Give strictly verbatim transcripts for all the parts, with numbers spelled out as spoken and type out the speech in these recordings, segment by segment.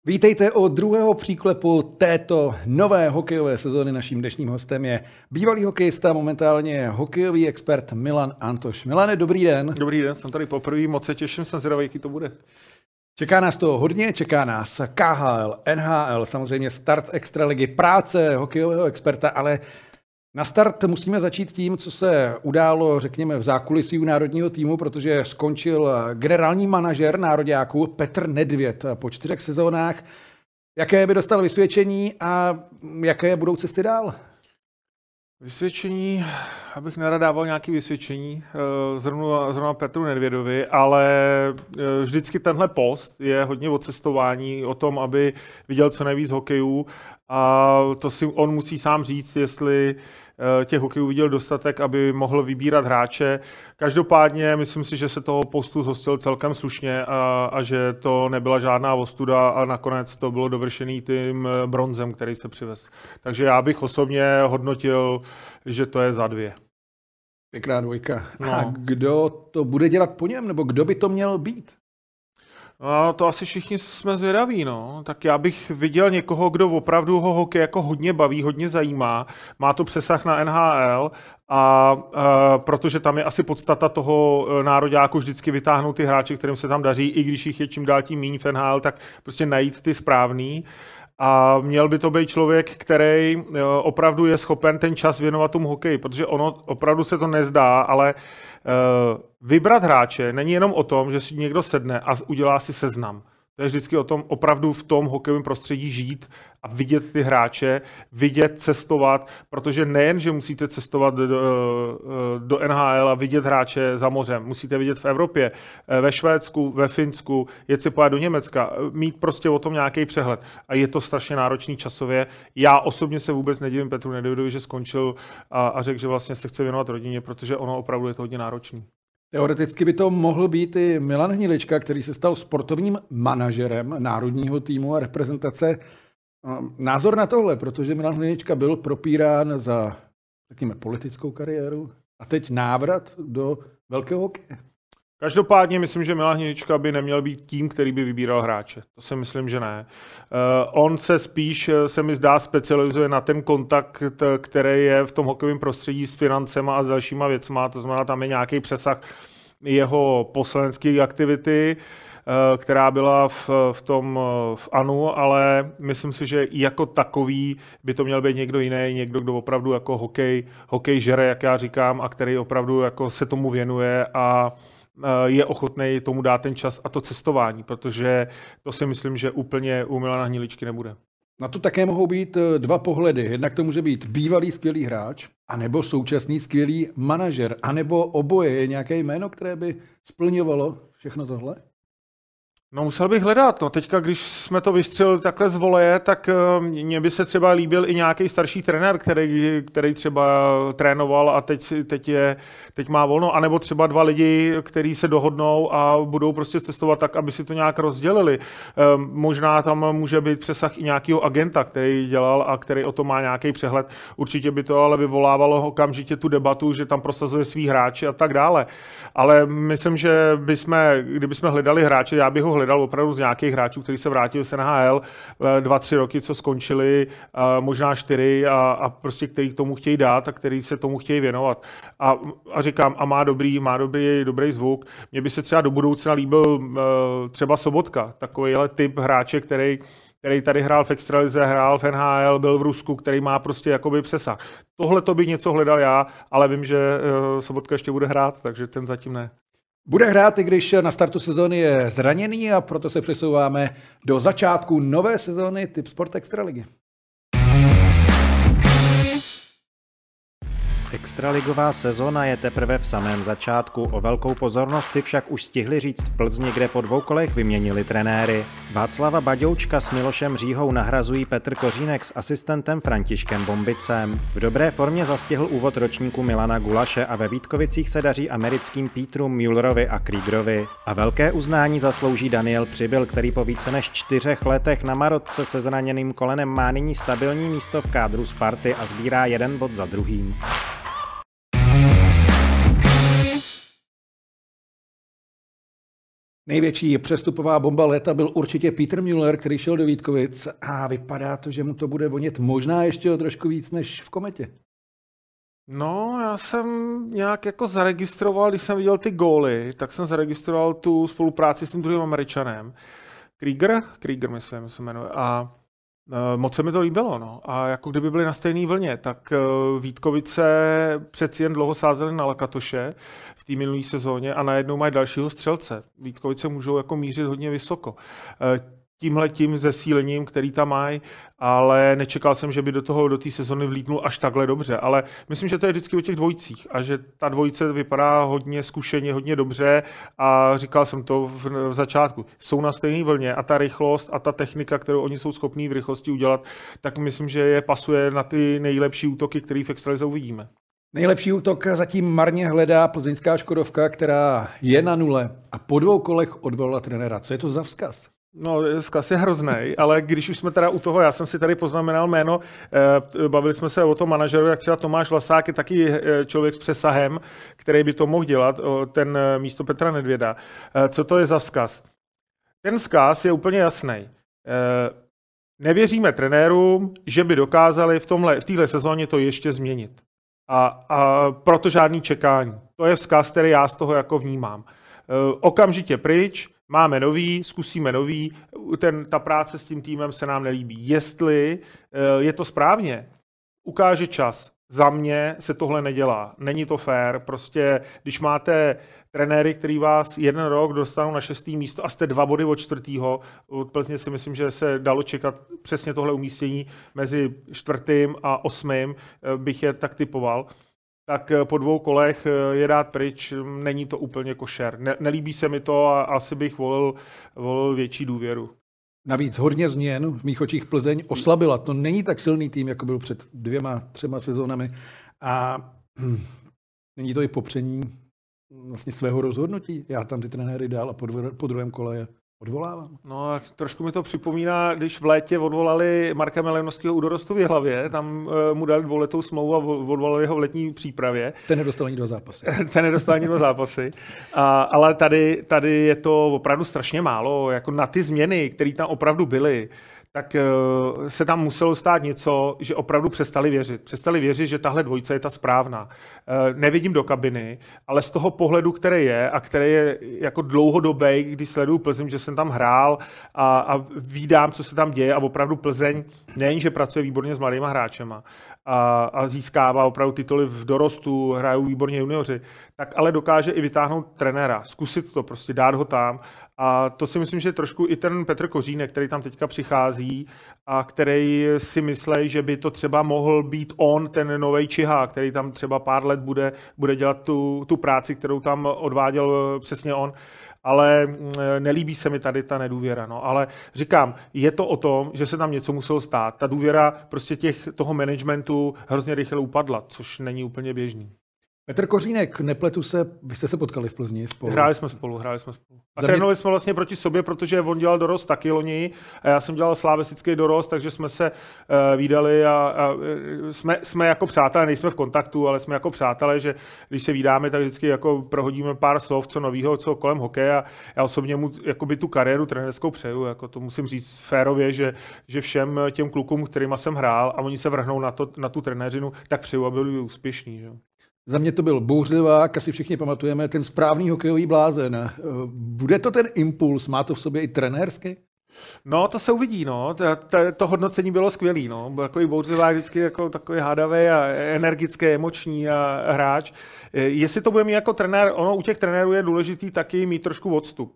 Vítejte u druhého příklepu této nové hokejové sezóny. Naším dnešním hostem je bývalý hokejista, momentálně hokejový expert Milan Antoš. Milane, dobrý den. Dobrý den, jsem tady poprvé, moc se těším, jsem zvědavý, jaký to bude. Čeká nás to hodně, čeká nás K H L, N H L, samozřejmě start extraligy, práce hokejového experta, ale na start musíme začít tím, co se událo, řekněme, v zákulisí u národního týmu, protože skončil generální manažer nároďáků Petr Nedvěd po čtyřech sezónách. Jaké by dostal vysvědčení a jaké budou cesty dál? Vysvědčení, abych nerad dával nějaké vysvědčení zrovna, zrovna Petru Nedvědovi, ale vždycky tenhle post je hodně o cestování, o tom, aby viděl co nejvíc hokejů a to si on musí sám říct, jestli těch hokejů viděl dostatek, aby mohl vybírat hráče. Každopádně myslím si, že se toho postu zhostil celkem slušně a, a že to nebyla žádná ostuda a nakonec to bylo dovršený tím bronzem, který se přivez. Takže já bych osobně hodnotil, že to je za dvě. Pěkná dvojka. No. A kdo to bude dělat po něm, nebo kdo by to měl být? No, to asi všichni jsme zvědaví, no. Tak já bych viděl někoho, kdo opravdu ho hokej jako hodně baví, hodně zajímá. Má to přesah na N H L a, a protože tam je asi podstata toho nároďáku vždycky vytáhnout ty hráče, kterým se tam daří, i když jich je čím dál tím míň v N H L, tak prostě najít ty správný. A měl by to být člověk, který opravdu je schopen ten čas věnovat tomu hokeji, protože ono opravdu se to nezdá, ale vybrat hráče není jenom o tom, že si někdo sedne a udělá si seznam. To je vždycky o tom opravdu v tom hokejovém prostředí žít a vidět ty hráče, vidět, cestovat, protože nejen, že musíte cestovat do, do N H L a vidět hráče za mořem, musíte vidět v Evropě, ve Švédsku, ve Finsku, jet si pojet do Německa, mít prostě o tom nějaký přehled. A je to strašně náročný časově. Já osobně se vůbec nedivím Petru Nedvědovi, že skončil a, a řekl, že vlastně se chce věnovat rodině, protože ono opravdu je to hodně náročný. Teoreticky by to mohl být i Milan Hnilička, který se stal sportovním manažerem národního týmu a reprezentace. Názor na tohle, protože Milan Hnilička byl propírán za, řekněme, politickou kariéru a teď návrat do velkého hokeje. Každopádně myslím, že Milan Hnilička by neměl být tím, který by vybíral hráče. To si myslím, že ne. Uh, on se spíš, se mi zdá, specializuje na ten kontakt, který je v tom hokejovém prostředí s financema a s dalšíma věcma. To znamená, tam je nějaký přesah jeho poslanecké aktivity, uh, která byla v, v tom v ANU, ale myslím si, že jako takový by to měl být někdo jiný, někdo, kdo opravdu jako hokej, hokej žere, jak já říkám, a který opravdu jako se tomu věnuje a je ochotný tomu dát ten čas a to cestování, protože to si myslím, že úplně u Milana Hniličky nebude. Na to také mohou být dva pohledy. Jednak to může být bývalý skvělý hráč, anebo současný skvělý manažer, anebo oboje. Je nějaké jméno, které by splňovalo všechno tohle? No musel bych hledat. No teďka, když jsme to vystřelili takhle z voleje, tak mně by se třeba líbil i nějaký starší trenér, který, který třeba trénoval a teď, teď, je, teď má volno, anebo třeba dva lidi, kteří se dohodnou a budou prostě cestovat tak, aby si to nějak rozdělili. Možná tam může být přesah i nějakého agenta, který dělal a který o tom má nějaký přehled. Určitě by to ale vyvolávalo okamžitě tu debatu, že tam prosazuje svý hráči a tak dále. Ale myslím, že bychom, kdybychom hledali hráče, já bych ho hledal opravdu z nějakých hráčů, kteří se vrátili z N H L dva, tři roky, co skončili, možná čtyři a, a prostě který k tomu chtějí dát a který se tomu chtějí věnovat. A, a říkám, a má dobrý, má dobrý, dobrý zvuk. Mně by se třeba do budoucna líbil třeba Sobotka, takovýhle typ hráče, který který tady hrál v extralize, hrál v N H L, byl v Rusku, který má prostě jakoby přesah. Tohle to bych něco hledal já, ale vím, že Sobotka ještě bude hrát, takže ten zatím ne. Bude hrát, i když na startu sezóny je zraněný a proto se přesouváme do začátku nové sezóny Tipsport Extraligy. Extraligová sezona je teprve v samém začátku. O velkou pozornost si však už stihli říct v Plzni, kde po dvou kolech vyměnili trenéry. Václava Baďoučka s Milošem Říhou nahrazují Petr Kořínek s asistentem Františkem Bombicem. V dobré formě zastihl úvod ročníku Milana Gulaše a ve Vítkovicích se daří americkým Peteru Müllerovi a Kriegerovi. A velké uznání zaslouží Daniel Přibyl, který po více než čtyřech letech na marotce se zraněným kolenem má nyní stabilní místo v kádru Sparty a sbírá jeden bod za druhým. Největší přestupová bomba léta byl určitě Peter Müller, který šel do Vítkovic a vypadá to, že mu to bude vonět možná ještě o trošku víc než v Kometě. No, já jsem nějak jako zaregistroval, když jsem viděl ty góly, tak jsem zaregistroval tu spolupráci s tím druhým Američanem. Krieger? Krieger, myslím, se jmenuje. A e, moc se mi to líbilo, no. A jako kdyby byli na stejné vlně, tak e, Vítkovice přeci jen dlouho sázeli na Lakatoše v té minulé sezóně a najednou mají dalšího střelce. Vítkovice můžou jako mířit hodně vysoko. E, tímhletím zesílením, který tam mají, ale nečekal jsem, že by do toho, do té sezony vlítnul až takhle dobře, ale myslím, že to je vždycky o těch dvojicích a že ta dvojice vypadá hodně zkušeně, hodně dobře a říkal jsem to v, v začátku. Jsou na stejné vlně a ta rychlost a ta technika, kterou oni jsou schopní v rychlosti udělat, tak myslím, že je pasuje na ty nejlepší útoky, které v extralize uvidíme. Nejlepší útok zatím marně hledá plzeňská Škodovka, která je na nule a po dvou kolech odvolala trenéra. Co je to za vzkaz? No, vzkaz je hroznej, ale když už jsme teda u toho, já jsem si tady poznamenal jméno, eh, bavili jsme se o tom manažeru, jak třeba Tomáš Vlasák je taky člověk s přesahem, který by to mohl dělat, ten místo Petra Nedvěda. Eh, co to je za vzkaz? Ten vzkaz je úplně jasný. Eh, nevěříme trenérům, že by dokázali v tomhle, v téhle sezóně to ještě změnit. A, a proto žádný čekání. To je vzkaz, který já z toho jako vnímám. Eh, okamžitě pryč, máme nový, zkusíme nový, ten, ta práce s tím týmem se nám nelíbí. Jestli je to správně, ukáže čas. Za mě se tohle nedělá. Není to fér. Prostě, když máte trenéry, který vás jeden rok dostanou na šestý místo a jste dva body od čtvrtýho, od Plzně si myslím, že se dalo čekat přesně tohle umístění mezi čtvrtým a osmým, bych je tak typoval. Tak po dvou kolech je dát pryč, není to úplně košer. Ne, nelíbí se mi to a asi bych volil, volil větší důvěru. Navíc hodně změn v mých očích Plzeň oslabila. To není tak silný tým, jako byl před dvěma, třema sezónami. A hm, není to i popření vlastně svého rozhodnutí. Já tam ty trenéry dál a po, dvě, po druhém kole je odvolávám. No, trošku mi to připomíná, když v létě odvolali Marka Melenovského u dorostu v Jihlavě, tam uh, mu dali dvouletou smlouvu a odvolali ho v letní přípravě. Ten nedostal ani dva zápasy. Ten nedostal ani dva zápasy. A, ale tady, tady je to opravdu strašně málo, jako na ty změny, které tam opravdu byly, tak uh, se tam muselo stát něco, že opravdu přestali věřit. Přestali věřit, že tahle dvojice je ta správná. Uh, nevidím do kabiny, ale z toho pohledu, který je a který je jako dlouhodobý, když sleduju Plzeň, že jsem tam hrál a, a vídám, co se tam děje a opravdu Plzeň nejen, že pracuje výborně s mladýma hráčema a, a získává opravdu tituly v dorostu, hrajou výborně junioři, tak ale dokáže i vytáhnout trenéra, zkusit to, prostě dát ho tam. A to si myslím, že trošku i ten Petr Kořínek, který tam teďka přichází a který si myslí, že by to třeba mohl být on, ten novej Čihák, který tam třeba pár let bude, bude dělat tu, tu práci, kterou tam odváděl přesně on. Ale nelíbí se mi tady ta nedůvěra. No. Ale říkám, je to o tom, že se tam něco muselo stát. Ta důvěra prostě těch, toho managementu hrozně rychle upadla, což není úplně běžný. Petr Kořínek, nepletu se, vy jste se potkali v Plzni spolu. Hráli jsme spolu, hráli jsme spolu. A Za trénovali mě... jsme vlastně proti sobě, protože on dělal dorost taky loni a já jsem dělal slávestický dorost, takže jsme se uh, vídali a, a jsme, jsme jako přátelé, nejsme v kontaktu, ale jsme jako přátelé, že když se vídáme, tak vždycky jako prohodíme pár slov, co novýho, co kolem hokeje a já osobně mu jakoby tu kariéru trenérskou přeju, jako to musím říct férově, že, že všem těm klukům, kterýma jsem hrál a oni se vrhnou na, to, na tu trenéřinu, tak přeju, aby byli úspěšní. Že? Za mě to byl bouřlivák, asi všichni pamatujeme, ten správný hokejový blázen. Bude to ten impuls, má to v sobě i trenérský? No, to se uvidí, no. To, to, to hodnocení bylo skvělý, no. Byl takový bouřlivák, vždycky jako takový hádavý a energický, emoční a hráč. Jestli to bude mít jako trenér, ono u těch trenérů je důležitý taky mít trošku odstup.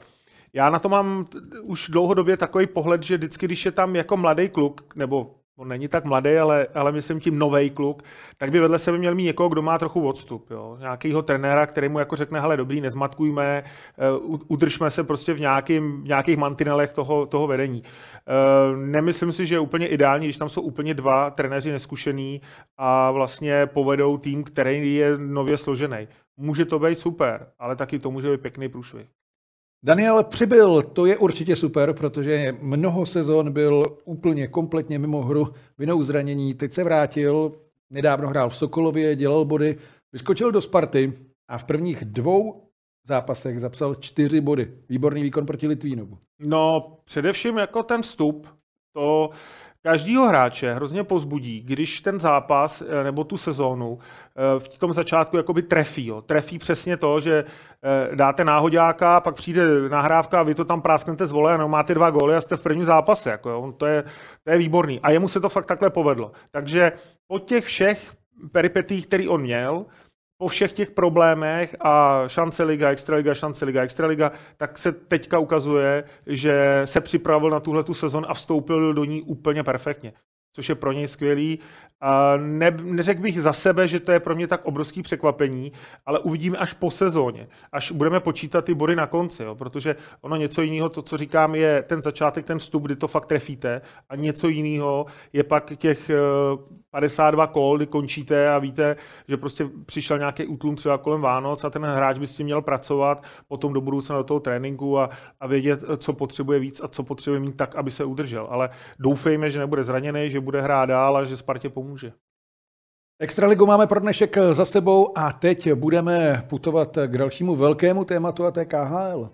Já na to mám už dlouhodobě takový pohled, že vždycky, když je tam jako mladý kluk, nebo on není tak mladý, ale, ale myslím tím novej kluk, tak by vedle sebe měl mít někoho, kdo má trochu odstup. Jo? Nějakýho trenéra, který mu jako řekne, hele, dobrý, nezmatkujme, uh, udržme se prostě v, nějakým, v nějakých mantinelech toho, toho vedení. Uh, nemyslím si, že je úplně ideální, když tam jsou úplně dva trenéři neskušený a vlastně povedou tým, který je nově složený. Může to být super, ale taky to může být pěkný průšvih. Daniel Přibyl, to je určitě super, protože mnoho sezon byl úplně kompletně mimo hru, vinou zranění, teď se vrátil, nedávno hrál v Sokolově, dělal body, vyskočil do Sparty a v prvních dvou zápasech zapsal čtyři body. Výborný výkon proti Litvínovu. No, především jako ten vstup, to každýho hráče hrozně povzbudí, když ten zápas nebo tu sezónu v tom začátku jakoby trefí. Jo. Trefí přesně to, že dáte náhoďáka, pak přijde nahrávka a vy to tam prásknete z vole a no, máte dva góly a jste v prvním zápase. Jako, jo. To, je, to je výborný. A jemu se to fakt takhle povedlo. Takže po těch všech peripetích, který on měl, po všech těch problémech a šance liga, extraliga, šance liga, extraliga, tak se teďka ukazuje, že se připravil na tuhletu sezon a vstoupil do ní úplně perfektně, což je pro něj skvělý. A ne, neřekl bych za sebe, že to je pro mě tak obrovský překvapení, ale uvidíme až po sezóně, až budeme počítat ty body na konci, jo, protože ono něco jiného, to, co říkám, je ten začátek, ten vstup, kdy to fakt trefíte, a něco jiného je pak těch padesát dva kol, kdy končíte a víte, že prostě přišel nějaký útlum třeba kolem Vánoc a ten hráč by s tím měl pracovat potom do budoucna do toho tréninku a, a vědět, co potřebuje víc a co potřebuje mít tak, aby se udržel. Ale doufejme, že nebude zraněný, že bude hrát dál a že Spartě pomůže. Extraligu máme pro dnešek za sebou a teď budeme putovat k dalšímu velkému tématu, a to je K H L.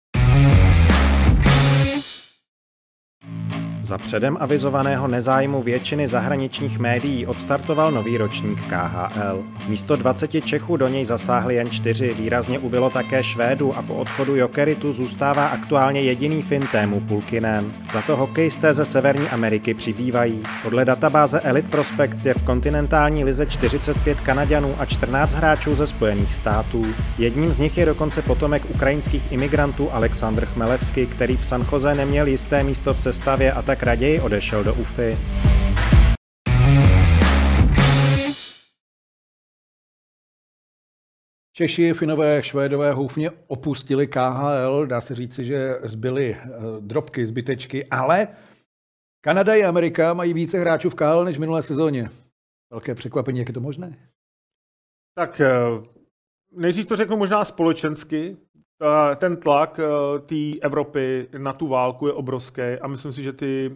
Za předem avizovaného nezájmu většiny zahraničních médií odstartoval nový ročník K H L. Místo dvaceti Čechů do něj zasáhli jen čtyři, výrazně ubylo také Švédů a po odchodu Jokeritu zůstává aktuálně jediný Fin Teemu Pulkkinen. Za to hokejisté ze Severní Ameriky přibývají. Podle databáze Elite Prospects je v kontinentální lize čtyřicet pět Kanaďanů a čtrnáct hráčů ze Spojených států. Jedním z nich je dokonce potomek ukrajinských imigrantů Aleksandr Chmelevský, který v San Jose neměl jisté místo v sestavě a tak raději odešel do U F I. Češi, Finové, Švédové houfně opustili K H L, dá se říci, že zbyly drobky, zbytečky, ale Kanada i Amerika mají více hráčů v K H L než v minulé sezóně. Velké překvapení, jak je to možné? Tak nejdřív to řeknu možná společensky. Ten tlak té Evropy na tu válku je obrovský a myslím si, že ty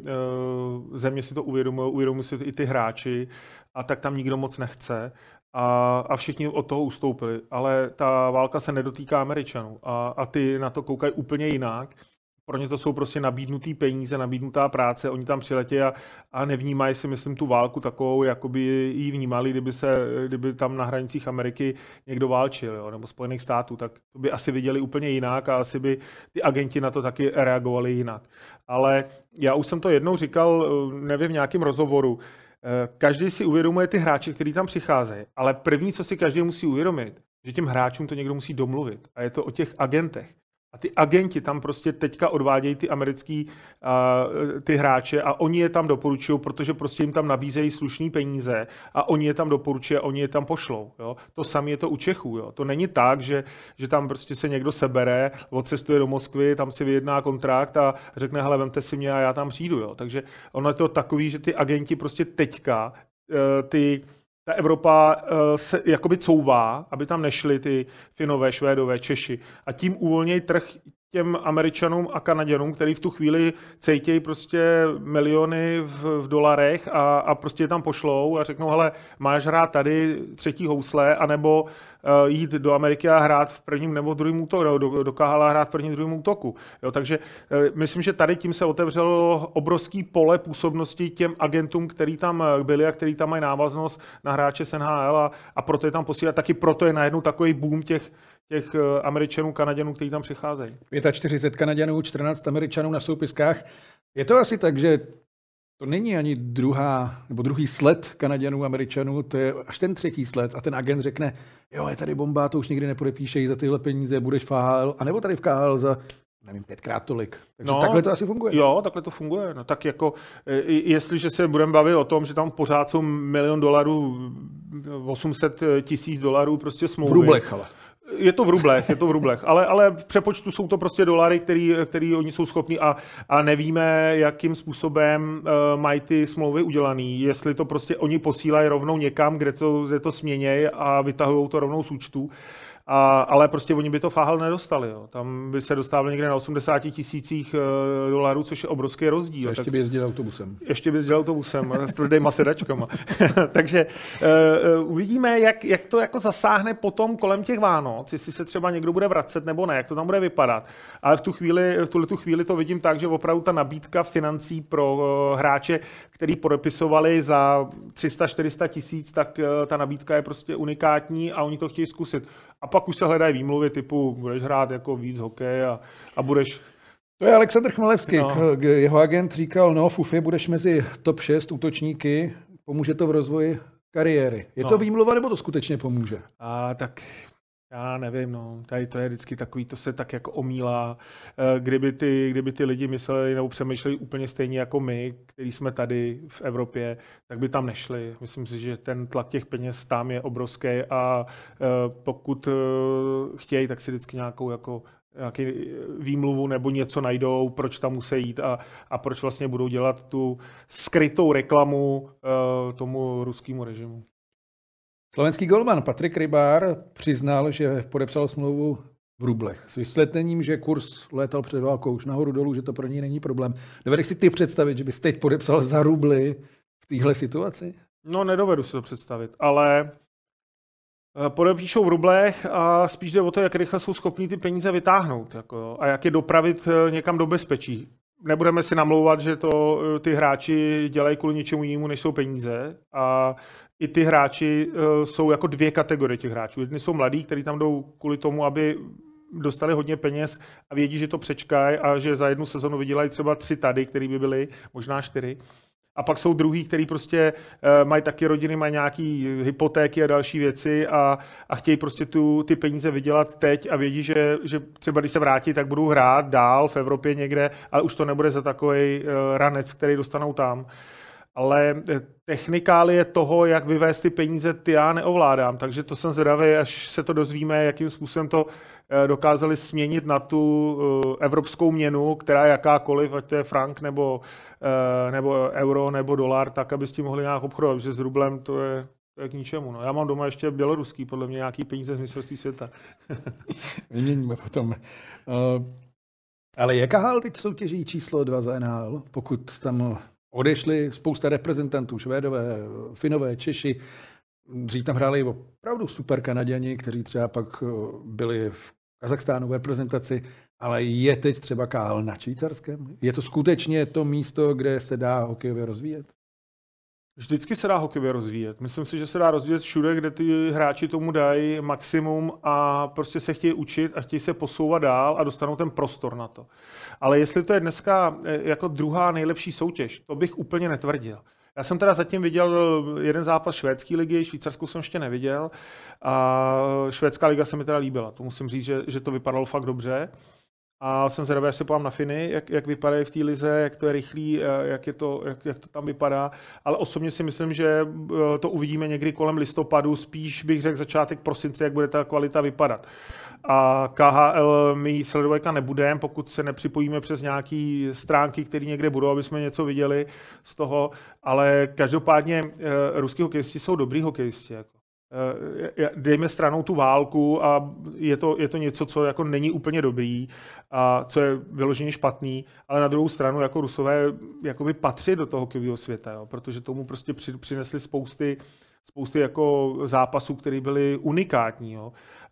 země si to uvědomují, uvědomují si to i ty hráči a tak tam nikdo moc nechce a, a všichni od toho ustoupili. Ale ta válka se nedotýká Američanů a, a ty na to koukají úplně jinak. Pro ně to jsou prostě nabídnutý peníze, nabídnutá práce, oni tam přiletí a, a nevnímají si, myslím, tu válku takovou, jako by ji vnímali, kdyby, se, kdyby tam na hranicích Ameriky někdo válčil, jo, nebo Spojených států, tak to by asi viděli úplně jinak a asi by ty agenti na to taky reagovali jinak. Ale já už jsem to jednou říkal, nevím, v nějakém rozhovoru, každý si uvědomuje ty hráče, kteří tam přicházejí, ale první, co si každý musí uvědomit, že těm hráčům to někdo musí domluvit a je to o těch agentech. A ty agenti tam prostě teďka odvádějí ty americký uh, ty hráče a oni je tam doporučují, protože prostě jim tam nabízejí slušný peníze a oni je tam doporučují a oni je tam pošlou. Jo? To samé je to u Čechů. Jo? To není tak, že, že tam prostě se někdo sebere, odcestuje do Moskvy, tam si vyjedná kontrakt a řekne, hele, vemte si mě a já tam přijdu. Jo? Takže ono je to takový, že ty agenti prostě teďka uh, ty ta Evropa uh, se jakoby couvá, aby tam nešli ty Finové, Švédové, Češi a tím uvolnějí trh těm Američanům a Kanaděnům, který v tu chvíli cejtějí prostě miliony v, v dolarech a, a prostě je tam pošlou a řeknou, hele, máš hrát tady třetí housle, anebo uh, jít do Ameriky a hrát v prvním nebo v druhém útoku, do, do K H L a hrát v prvním druhém útoku. Jo, takže uh, myslím, že tady tím se otevřelo obrovský pole působnosti těm agentům, který tam byli a který tam mají návaznost na hráče z N H L a, a proto je tam posílat. Taky proto je najednou takový boom těch těch Američanů, Kanaděnů, kteří tam přicházejí. čtyřicet pět Kanaděnů, čtrnáct Američanů na soupiskách. Je to asi tak, že to není ani druhá, nebo druhý sled Kanaděnů, Američanů, to je až ten třetí sled a ten agent řekne, jo, je tady bomba, to už nikdy nepodepíšeš za tyhle peníze, budeš v K H L, anebo tady v K H L za, nevím, pětkrát tolik. Takže no, takhle to asi funguje. Jo, takhle to funguje. No tak jako, jestliže se budeme bavit o tom, že tam pořád jsou milion dolarů, osm set tisíc dolarů prostě smlouvy. V rublech, ale. Je to v rublech, je to v rublech, ale, ale v přepočtu jsou to prostě dolary, který, který oni jsou schopni a, a nevíme, jakým způsobem uh, mají ty smlouvy udělaný, jestli to prostě oni posílají rovnou někam, kde to, kde to směnějí a vytahují to rovnou z účtu, A, ale prostě oni by to fáhal nedostali. Jo. Tam by se dostávali někde na osmdesát tisících dolarů, což je obrovský rozdíl. A ještě tak, by jezdil autobusem. Ještě by jezdil autobusem s tvrdýma sedačkama. Takže uh, uvidíme, jak, jak to jako zasáhne potom kolem těch Vánoc, jestli se třeba někdo bude vracet nebo ne, jak to tam bude vypadat. Ale v tu chvíli, v tuhletu chvíli to vidím tak, že opravdu ta nabídka financí pro uh, hráče, který podepisovali za tři sta čtyři sta tisíc, tak uh, ta nabídka je prostě unikátní a oni to chtějí zkusit. A pak už se hledají výmluvy typu, budeš hrát jako víc hokej a, a budeš... To je Aleksandr Chmelevský. No. Jeho agent říkal, no Fufy, budeš mezi top šest útočníky, pomůže to v rozvoji kariéry. Je no. to výmluva, nebo to skutečně pomůže? A tak... Já nevím, no. Tady to je vždycky takový, to se tak jako omílá. Kdyby ty, kdyby ty lidi mysleli nebo přemýšleli úplně stejně jako my, kteří jsme tady v Evropě, tak by tam nešli. Myslím si, že ten tlak těch peněz tam je obrovský a pokud chtějí, tak si vždycky nějakou jako nějaký výmluvu nebo něco najdou, proč tam musí jít a, a proč vlastně budou dělat tu skrytou reklamu tomu ruskému režimu. Slovenský golman Patrik Rybár přiznal, že podepsal smlouvu v rublech. S vysvětlením, že kurz létal před válkou už nahoru dolů, že to pro něj není problém. Dovedeš si ty představit, že bys teď podepsal za rubly v téhle situaci? No, nedovedu si to představit, ale podepíšou v rublech a spíš jde o to, jak rychle jsou schopní ty peníze vytáhnout jako, a jak je dopravit někam do bezpečí. Nebudeme si namlouvat, že to ty hráči dělají kvůli něčemu jinému, než jsou peníze. A i ty hráči uh, jsou jako dvě kategorie těch hráčů. Jedni jsou mladí, kteří tam jdou kvůli tomu, aby dostali hodně peněz a vědí, že to přečkají a že za jednu sezonu vydělají třeba tři tady, který by byly, možná čtyři. A pak jsou druhý, kteří prostě uh, mají taky rodiny, mají nějaký hypotéky a další věci a, a chtějí prostě tu, ty peníze vydělat teď a vědí, že, že třeba když se vrátí, tak budou hrát dál v Evropě někde, ale už to nebude za takový uh, ranec, který dostanou tam. Ale technikálie toho, jak vyvést ty peníze, ty já neovládám, takže to jsem zvědavý, až se to dozvíme, jakým způsobem to dokázali směnit na tu evropskou měnu, která je jakákoliv, ať to je frank nebo, nebo euro nebo dolar, tak aby s tím mohli nějak obchodovat, protože s rublem to je, to je k ničemu. No. Já mám doma ještě běloruský, podle mě nějaký peníze z mistrovství světa. Vyměníme potom. Uh, ale je K H L teď soutěží číslo dva za N H L, pokud tam odešli spousta reprezentantů, Švédové, Finové, Češi. Dřív tam hráli opravdu super Kanaďani, kteří třeba pak byli v Kazachstánu v reprezentaci, ale je teď třeba K H L na švýcarském? Je to skutečně to místo, kde se dá hokejově rozvíjet? Vždycky se dá hokejově rozvíjet. Myslím si, že se dá rozvíjet všude, kde ty hráči tomu dají maximum a prostě se chtějí učit a chtějí se posouvat dál a dostanou ten prostor na to. Ale jestli to je dneska jako druhá nejlepší soutěž, to bych úplně netvrdil. Já jsem teda zatím viděl jeden zápas švédské ligy, švýcarskou jsem ještě neviděl a švédská liga se mi teda líbila. To musím říct, že, že to vypadalo fakt dobře. A jsem zvědavý, až se podívám na Finy, jak, jak vypadají v té lize, jak to je rychlý, jak, je to, jak, jak to tam vypadá. Ale osobně si myslím, že to uvidíme někdy kolem listopadu, spíš bych řekl začátek prosince, jak bude ta kvalita vypadat. A K H L my sledovat nebudeme, pokud se nepřipojíme přes nějaké stránky, které někde budou, aby jsme něco viděli z toho. Ale každopádně ruský hokejisti jsou dobrý hokejisti. Jako. Dejme stranou tu válku a je to, je to něco, co jako není úplně dobrý a co je vyloženě špatný, ale na druhou stranu jako Rusové jakoby patří do toho hokejového světa, jo, protože tomu prostě při, přinesli spousty, spousty jako zápasů, které byly unikátní. Jo.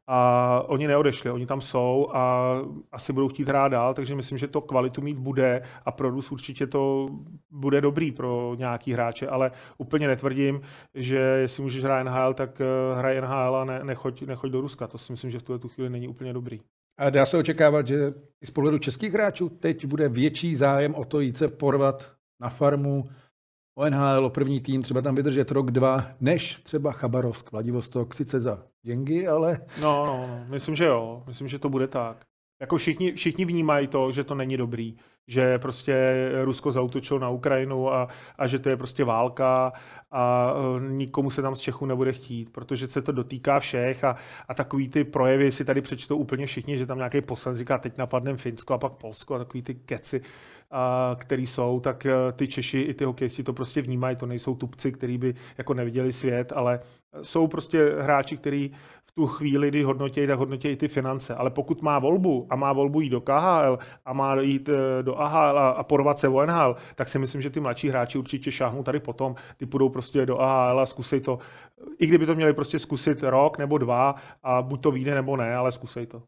A oni neodešli, oni tam jsou a asi budou chtít hrát dál, takže myslím, že to kvalitu mít bude a pro Rus určitě to bude dobrý pro nějaký hráče, ale úplně netvrdím, že jestli můžeš hrát N H L, tak hraj N H L a ne, nechoď, nechoď do Ruska. To si myslím, že v tuhle tu chvíli není úplně dobrý. A dá se očekávat, že i z pohledu českých hráčů teď bude větší zájem o to jít se porvat na farmu, o N H L, o první tým, třeba tam vydržet rok, dva, než třeba Chabarovsk, Vladivostok, sice za děngy, ale... No, no, no, myslím, že jo, myslím, že to bude tak. Jako všichni, všichni vnímají to, že to není dobrý, že prostě Rusko zaútočilo na Ukrajinu a, a že to je prostě válka a nikomu se tam z Čechů nebude chtít, protože se to dotýká všech a, a takový ty projevy si tady přečtou úplně všichni, že tam nějaký poslanec říká, teď napadnem Finsko a pak Polsko a takový ty keci, a, který jsou, tak ty Češi i ty hokejisti to prostě vnímají, to nejsou tupci, který by jako neviděli svět, ale jsou prostě hráči, kteří v tu chvíli, kdy hodnotí, tak hodnotí i ty finance. Ale pokud má volbu a má volbu jít do K H L a má jít do A H L a, a porvat se o N H L, tak si myslím, že ty mladší hráči určitě šáhnou tady potom. Ty půjdou prostě do A H L a zkusej to. I kdyby to měli prostě zkusit rok nebo dva a buď to vyjde nebo ne, ale zkusej to.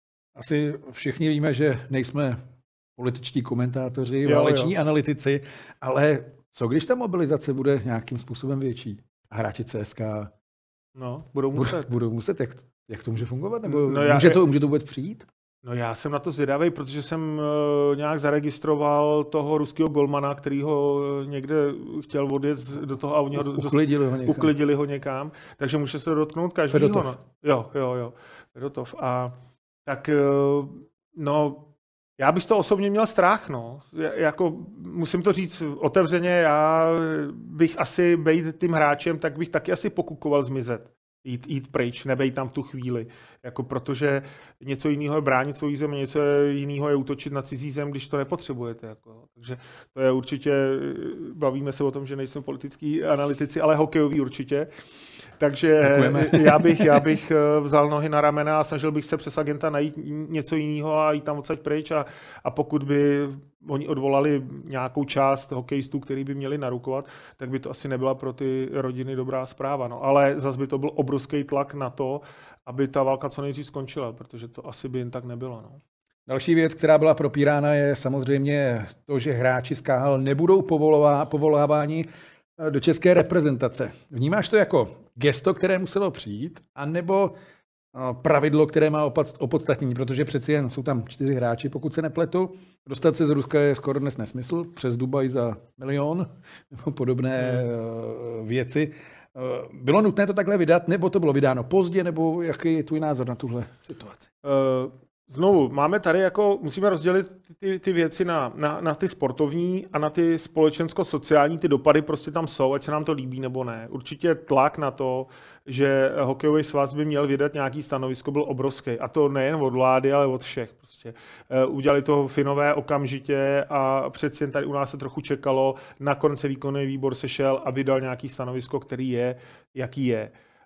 Asi všichni víme, že nejsme političtí komentátoři, jo, váleční jo. analytici, ale co když ta mobilizace bude nějakým způsobem větší? A hráči C S K no, budou muset. Budou muset, jak, jak to může fungovat? Nebo no já, může, to, může to vůbec přijít? No já jsem na to zvědavý, protože jsem uh, nějak zaregistroval toho ruského golmana, který ho někde chtěl odjet do toho a oni ho dost, uklidili, ho někam. uklidili ho někam, takže může se dotknout každýho. Fedotov. No. Jo, jo, jo. Fedotov. A tak, uh, no, já bych z toho osobně měl strach, no. Jako, musím to říct otevřeně, já bych asi být tím hráčem, tak bych taky asi pokukoval zmizet. Jít, jít pryč, nebejt tam v tu chvíli. Jako protože něco jiného je bránit svou zemi, něco jiného je útočit na cizí zem, když to nepotřebujete. Jako. Takže to je určitě, bavíme se o tom, že nejsme politický analytici, ale hokejoví určitě. Takže já bych, já bych vzal nohy na ramena a snažil bych se přes agenta najít něco jiného a jít tam odsaď pryč. A, a pokud by oni odvolali nějakou část hokejistů, který by měli narukovat, tak by to asi nebyla pro ty rodiny dobrá zpráva. No. Ale zase by to byl obrovský tlak na to, aby ta válka co nejdřív skončila, protože to asi by jen tak nebylo. No. Další věc, která byla propírána, je samozřejmě to, že hráči z K H L nebudou povolová, povoláváni do české reprezentace. Vnímáš to jako gesto, které muselo přijít, anebo pravidlo, které má opodstatnění, protože přeci jen jsou tam čtyři hráči, pokud se nepletu. Dostat se z Ruska je skoro dnes nesmysl, přes Dubaj za milion nebo podobné hmm. věci. Bylo nutné to takhle vydat, nebo to bylo vydáno pozdě, nebo jaký je tvůj názor na tuhle situaci? Uh... Znovu, máme tady jako, musíme rozdělit ty, ty věci na, na, na ty sportovní a na ty společensko-sociální, ty dopady prostě tam jsou, ať se nám to líbí nebo ne. Určitě tlak na to, že hokejový svaz by měl vydat nějaký stanovisko, byl obrovský. A to nejen od vlády, ale od všech. Prostě. Udělali to Finové okamžitě a přeci jen tady u nás se trochu čekalo, nakonec se výkonný výbor sešel a vydal nějaký stanovisko, který je, jaký je.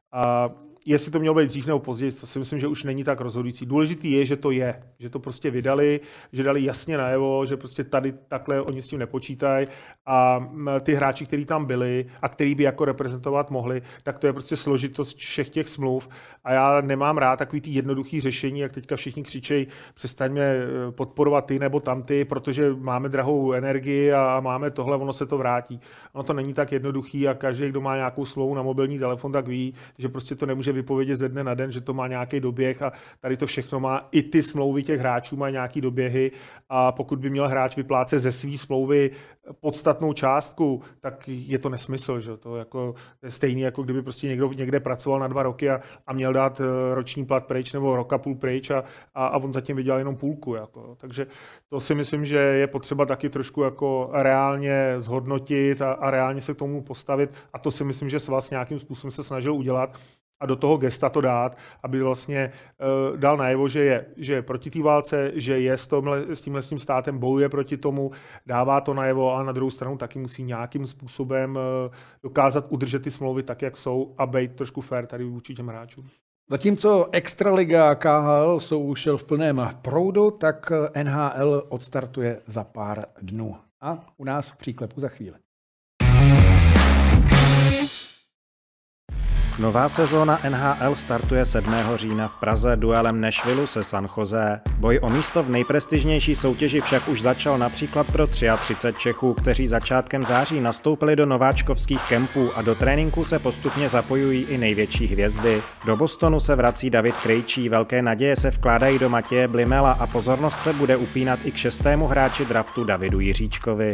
A jestli to mělo být dřív nebo později, to si myslím, že už není tak rozhodující. Důležitý je, že to je, že to prostě vydali, že dali jasně najevo, že prostě tady takhle oni s tím nepočítají a ty hráči, kteří tam byli a který by jako reprezentovat mohli, tak to je prostě složitost všech těch smluv a já nemám rád takový ty jednoduchý řešení, jak teďka všichni křičejí, přestaňme podporovat ty nebo tamty, protože máme drahou energii a máme tohle, ono se to vrátí. Ono to není tak jednoduchý a každý, kdo má nějakou smlouvu na mobilní telefon, tak ví, že prostě to nemůže vypovědět ze dne na den, že to má nějaký doběh a tady to všechno má, i ty smlouvy těch hráčů mají nějaký doběhy a pokud by měl hráč vyplácet ze své smlouvy podstatnou částku, tak je to nesmysl, že to jako je stejný, jako kdyby prostě někdo někde pracoval na dva roky a, a měl dát roční plat pryč nebo roka půl pryč a, a, a on zatím vydělal jenom půlku. Jako. Takže to si myslím, že je potřeba taky trošku jako reálně zhodnotit a, a reálně se k tomu postavit a to si myslím, že svaz nějakým způsobem se snažil udělat a do toho gesta to dát, aby vlastně uh, dal najevo, že je, že je proti té válce, že je s, tomhle, s tímhle s tím státem, bojuje proti tomu, dává to najevo a na druhou stranu taky musí nějakým způsobem uh, dokázat udržet ty smlouvy tak, jak jsou a být trošku fair tady vůči těm hráčům. Zatímco Extraliga a K H L jsou už v plném proudu, tak N H L odstartuje za pár dnů. A u nás v příklepu za chvíli. Nová sezóna N H L startuje sedmého října v Praze duelem Nashvilleu se San Jose. Boj o místo v nejprestižnější soutěži však už začal například pro třicet tři Čechů, kteří začátkem září nastoupili do nováčkovských kempů a do tréninku se postupně zapojují i největší hvězdy. Do Bostonu se vrací David Krejčí, velké naděje se vkládají do Matěje Blimela a pozornost se bude upínat i k šestému hráči draftu Davidu Jiříčkovi.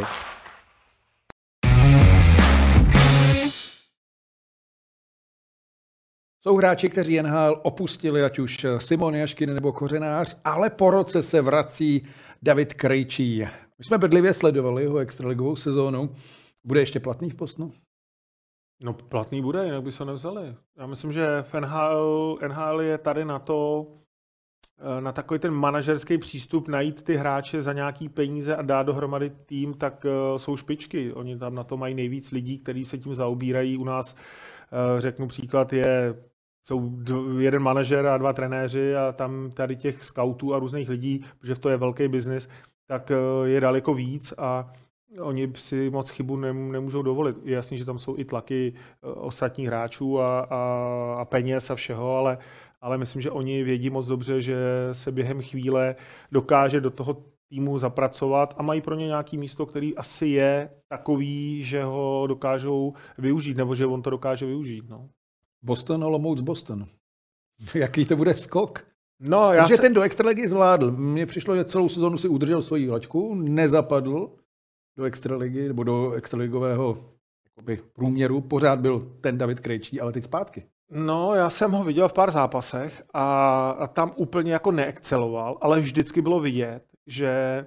Jsou hráči, kteří N H L opustili, ať už Simon Jaškin nebo Kořenář, ale po roce se vrací David Krejčí. My jsme bedlivě sledovali jeho extraligovou sezónu. Bude ještě platný v Bostonu? No platný bude, jinak by se nevzali. Já myslím, že v N H L, N H L je tady na to, na takový ten manažerský přístup najít ty hráče za nějaký peníze a dát dohromady tým, tak jsou špičky. Oni tam na to mají nejvíc lidí, kteří se tím zaobírají. U nás, řeknu příklad, je jsou jeden manažer a dva trenéři a tam tady těch scoutů a různých lidí, protože to je velký biznis, tak je daleko víc a oni si moc chybu nemůžou dovolit. Je jasný, že tam jsou i tlaky ostatních hráčů a, a, a peněz a všeho, ale, ale myslím, že oni vědí moc dobře, že se během chvíle dokáže do toho týmu zapracovat a mají pro ně nějaký místo, který asi je takový, že ho dokážou využít, nebo že on to dokáže využít. No. Boston, Olomouc, Boston. Jaký to bude skok? No, já Takže se... ten do extraligy zvládl. Mně přišlo, že celou sezonu si udržel svoji laťku, nezapadl do extraligy nebo do extraligového jakoby, průměru. Pořád byl ten David Krejčí, ale teď zpátky. No, já jsem ho viděl v pár zápasech a, a tam úplně jako neexceloval, ale vždycky bylo vidět, že